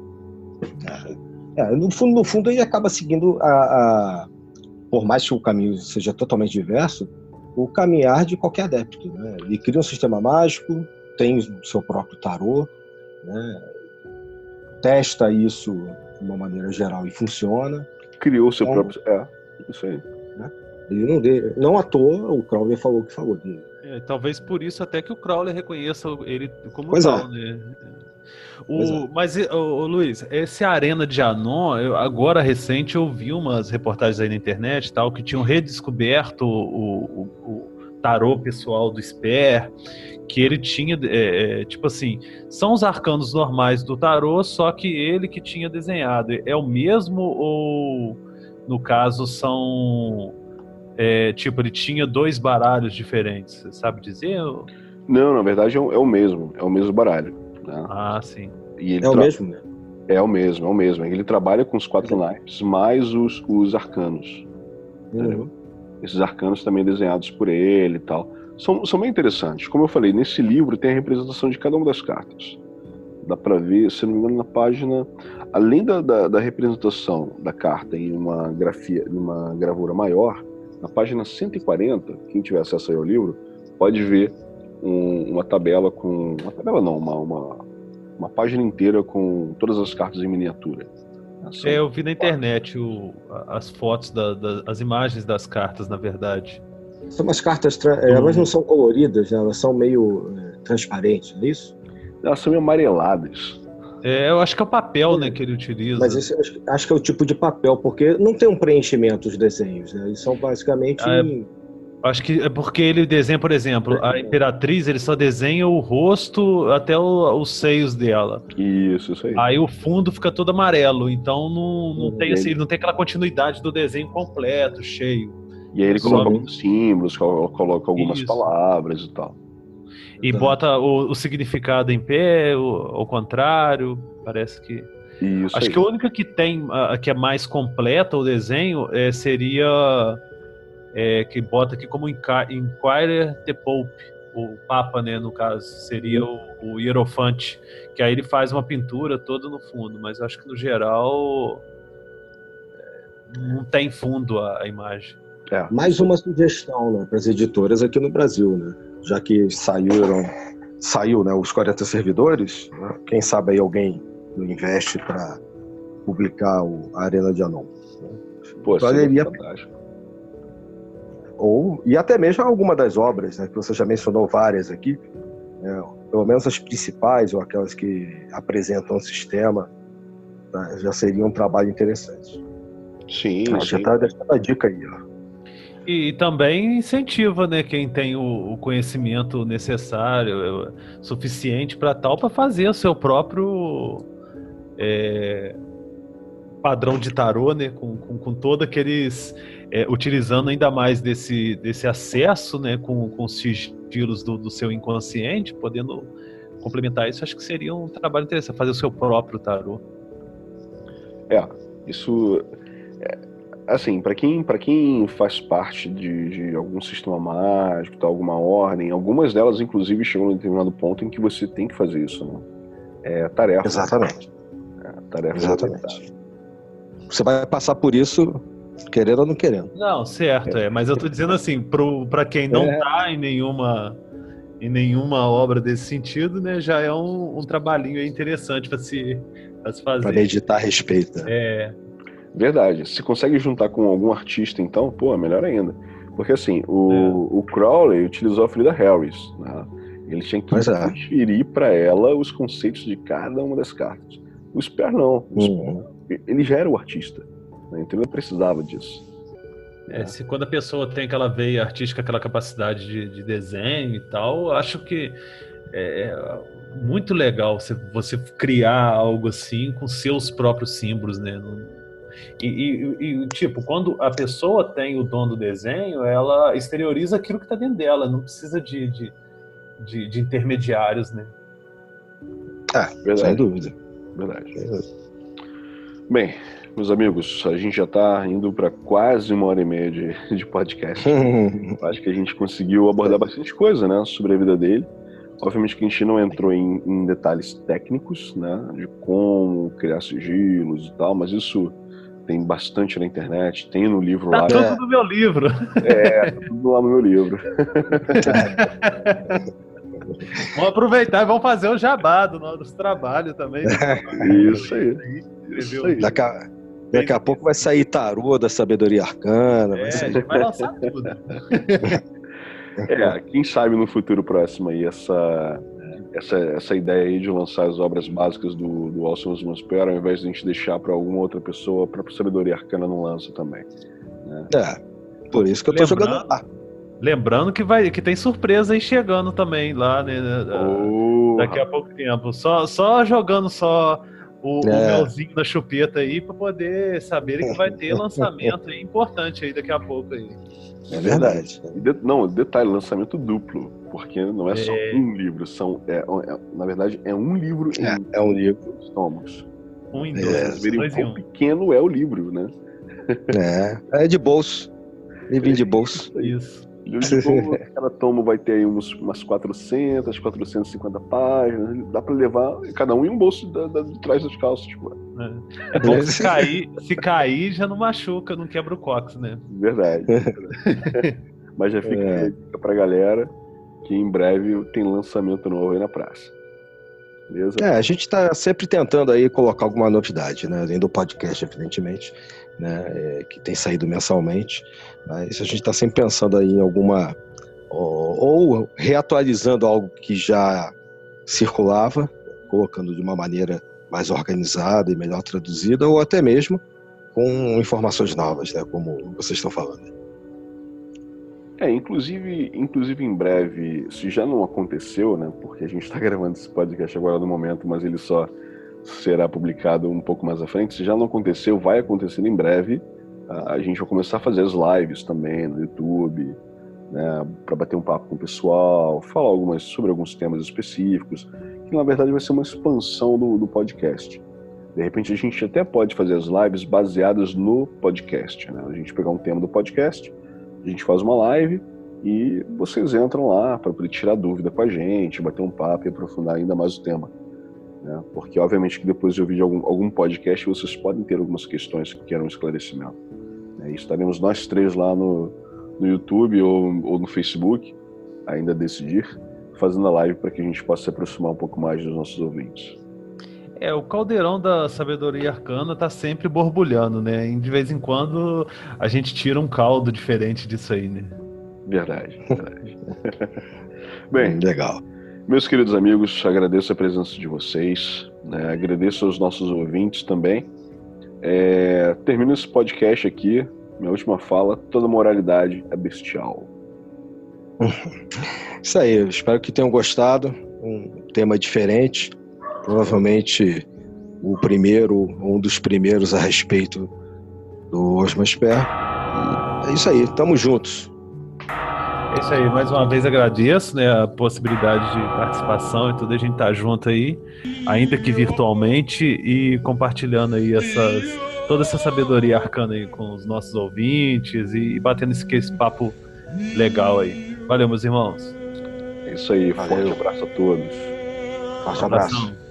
No fundo, ele acaba seguindo por mais que o caminho seja totalmente diverso, o caminhar de qualquer adepto, né? Ele cria um sistema mágico, tem o seu próprio tarô, né? Testa isso de uma maneira geral e funciona. Criou o seu próprio... isso aí. Né? Ele não à toa o Crowley falou o que falou dele. Talvez por isso até que o Crowley reconheça ele como tal, né? Mas, Luiz, esse Arena de Anon, agora recente eu vi umas reportagens aí na internet tal, que tinham redescoberto o tarô pessoal do Sper, que ele tinha, tipo assim, são os arcanos normais do tarô, só que ele que tinha desenhado. É o mesmo ou, no caso, são... tipo, ele tinha 2 baralhos diferentes, você sabe dizer? Não, na verdade é o mesmo baralho, né? Ah, sim. E ele o mesmo, né? É o mesmo. Ele trabalha com os 4 naipes, mais os arcanos. Esses arcanos também desenhados por ele e tal. São bem interessantes. Como eu falei, nesse livro tem a representação de cada uma das cartas. Dá para ver, se não me engano, na página... Além da representação da carta em uma gravura maior, na página 140, quem tiver acesso aí ao livro, pode ver uma tabela com... Uma tabela não, uma página inteira com todas as cartas em miniatura. Eu vi na internet as fotos, as imagens das cartas, na verdade. São umas cartas, elas não são coloridas, né? Elas são meio transparentes, não é isso? Elas são meio amareladas. Eu acho que é o papel, né, que ele utiliza. Mas esse, acho que é o tipo de papel, porque não tem um preenchimento os desenhos, né? Eles são basicamente... Acho que é porque ele desenha, por exemplo, a Imperatriz, ele só desenha o rosto até os seios dela. Isso aí. Aí o fundo fica todo amarelo, então não tem assim, não tem aquela continuidade do desenho completo, cheio. E aí ele coloca alguns símbolos, coloca algumas palavras e tal. E bota o significado em pé, ao contrário, parece que... Isso acho aí. que a única que tem, que é mais completa o desenho, seria... que bota aqui como Inquirer the Pope, o Papa, né, no caso, seria o Hierofante, que aí ele faz uma pintura toda no fundo, mas acho que no geral não tem fundo a imagem. Mais uma sugestão, né, para as editoras aqui no Brasil, né, já que saiu, né, os 40 servidores, né, quem sabe aí alguém investe para publicar a Arena de Anon. Né? Pô, seria fantástico. E até mesmo alguma das obras, né, que você já mencionou várias aqui, né, pelo menos as principais ou aquelas que apresentam o sistema, tá, já seria um trabalho interessante. Sim. Já está deixando a dica aí, ó. E também incentiva, né, quem tem o conhecimento necessário, suficiente para fazer o seu próprio padrão de tarô, né, com todo aqueles, utilizando ainda mais desse acesso, né, com os sigilos do seu inconsciente, podendo complementar isso. Acho que seria um trabalho interessante, fazer o seu próprio tarô. Isso, assim, para quem faz parte de algum sistema mágico, alguma ordem, algumas delas, inclusive, chegam a um determinado ponto em que você tem que fazer isso, né? É tarefa. Exatamente. Tarefa. Exatamente. Você vai passar por isso, querendo ou não querendo. Não, certo, mas eu tô dizendo assim, para quem não tá em nenhuma obra desse sentido, né, já é um trabalhinho interessante para se fazer. Para meditar a respeito. Verdade. Se consegue juntar com algum artista, então, melhor ainda. Porque assim, o Crowley utilizou a Frieda Harris, né? Ele tinha que transferir para ela os conceitos de cada uma das cartas. O Sper não. Ele já era o artista, né? Então ele precisava disso. Se quando a pessoa tem aquela veia artística, aquela capacidade de desenho e tal, acho que é muito legal você criar algo assim com seus próprios símbolos, né? E tipo, quando a pessoa tem o dom do desenho, ela exterioriza aquilo que está dentro dela, não precisa de intermediários, né? Verdade. Sem dúvida. Verdade. Bem, meus amigos, a gente já está indo para quase 1h30 de podcast. Acho que a gente conseguiu abordar bastante coisa, né, sobre a vida dele. Obviamente que a gente não entrou em detalhes técnicos, né, de como criar sigilos e tal, mas isso tem bastante na internet, tem no livro lá. Tá tudo no meu livro. Tá tudo lá no meu livro. Vamos aproveitar e vamos fazer o jabá do nosso trabalho também. Isso aí. Daqui a pouco vai sair tarô da sabedoria arcana. A gente vai lançar tudo. Quem sabe no futuro próximo aí essa ideia aí de lançar as obras básicas do Alceu Maspero, ao invés de a gente deixar para alguma outra pessoa, a própria sabedoria arcana não lança também, né? Por isso que eu tô jogando lá. Lembrando que tem surpresa aí chegando também lá, né? Daqui a pouco tempo. Só jogando o melzinho da chupeta aí para poder saber que vai ter lançamento aí importante aí daqui a pouco aí. É verdade. Detalhe, lançamento duplo, porque não é só um livro, na verdade é um livro em um livro. Tomos. Um em dois. Verem quão pequeno é o livro, né? É de bolso. Livrinho de bolso. Isso. Cada tomo vai ter aí umas 400, 450 páginas. Dá pra levar cada um em um bolso de trás das calças. Tipo. É bom que se cair já não machuca, não quebra o cóccix, né? Verdade. Mas já fica a dica pra galera que em breve tem lançamento novo aí na praça. Beleza? A gente tá sempre tentando aí colocar alguma novidade, né? Além do podcast, evidentemente, né? Que tem saído mensalmente. Mas a gente está sempre pensando aí em alguma... Ou reatualizando algo que já circulava, colocando de uma maneira mais organizada e melhor traduzida, ou até mesmo com informações novas, né? Como vocês estão falando. Inclusive em breve, se já não aconteceu, né? Porque a gente está gravando esse podcast agora no momento, mas ele só será publicado um pouco mais à frente. Se já não aconteceu, vai acontecer em breve. A gente vai começar a fazer as lives também no YouTube, né, para bater um papo com o pessoal, falar sobre alguns temas específicos, que na verdade vai ser uma expansão do podcast. De repente a gente até pode fazer as lives baseadas no podcast, né? A gente pegar um tema do podcast, a gente faz uma live e vocês entram lá para poder tirar dúvida com a gente, bater um papo e aprofundar ainda mais o tema, né? Porque obviamente que depois de ouvir algum podcast vocês podem ter algumas questões que queiram esclarecimento. E estaremos nós três lá no YouTube ou no Facebook, ainda a decidir, fazendo a live para que a gente possa se aproximar um pouco mais dos nossos ouvintes. O caldeirão da sabedoria arcana tá sempre borbulhando, né? E de vez em quando a gente tira um caldo diferente disso aí, né? Verdade. Bem, legal. Meus queridos amigos, agradeço a presença de vocês, né? Agradeço aos nossos ouvintes também. Termino esse podcast aqui, minha última fala: toda moralidade é bestial. Isso aí, eu espero que tenham gostado. Um tema diferente, provavelmente o primeiro, um dos primeiros a respeito do Osman Spare. E é isso aí, estamos juntos. É isso aí, mais uma vez agradeço, né, a possibilidade de participação e tudo, a gente tá junto aí, ainda que virtualmente, e compartilhando aí toda essa sabedoria arcana aí com os nossos ouvintes e batendo esse papo legal aí. Valeu, meus irmãos. É isso aí, Valeu. forte abraço a todos. Forte abraço.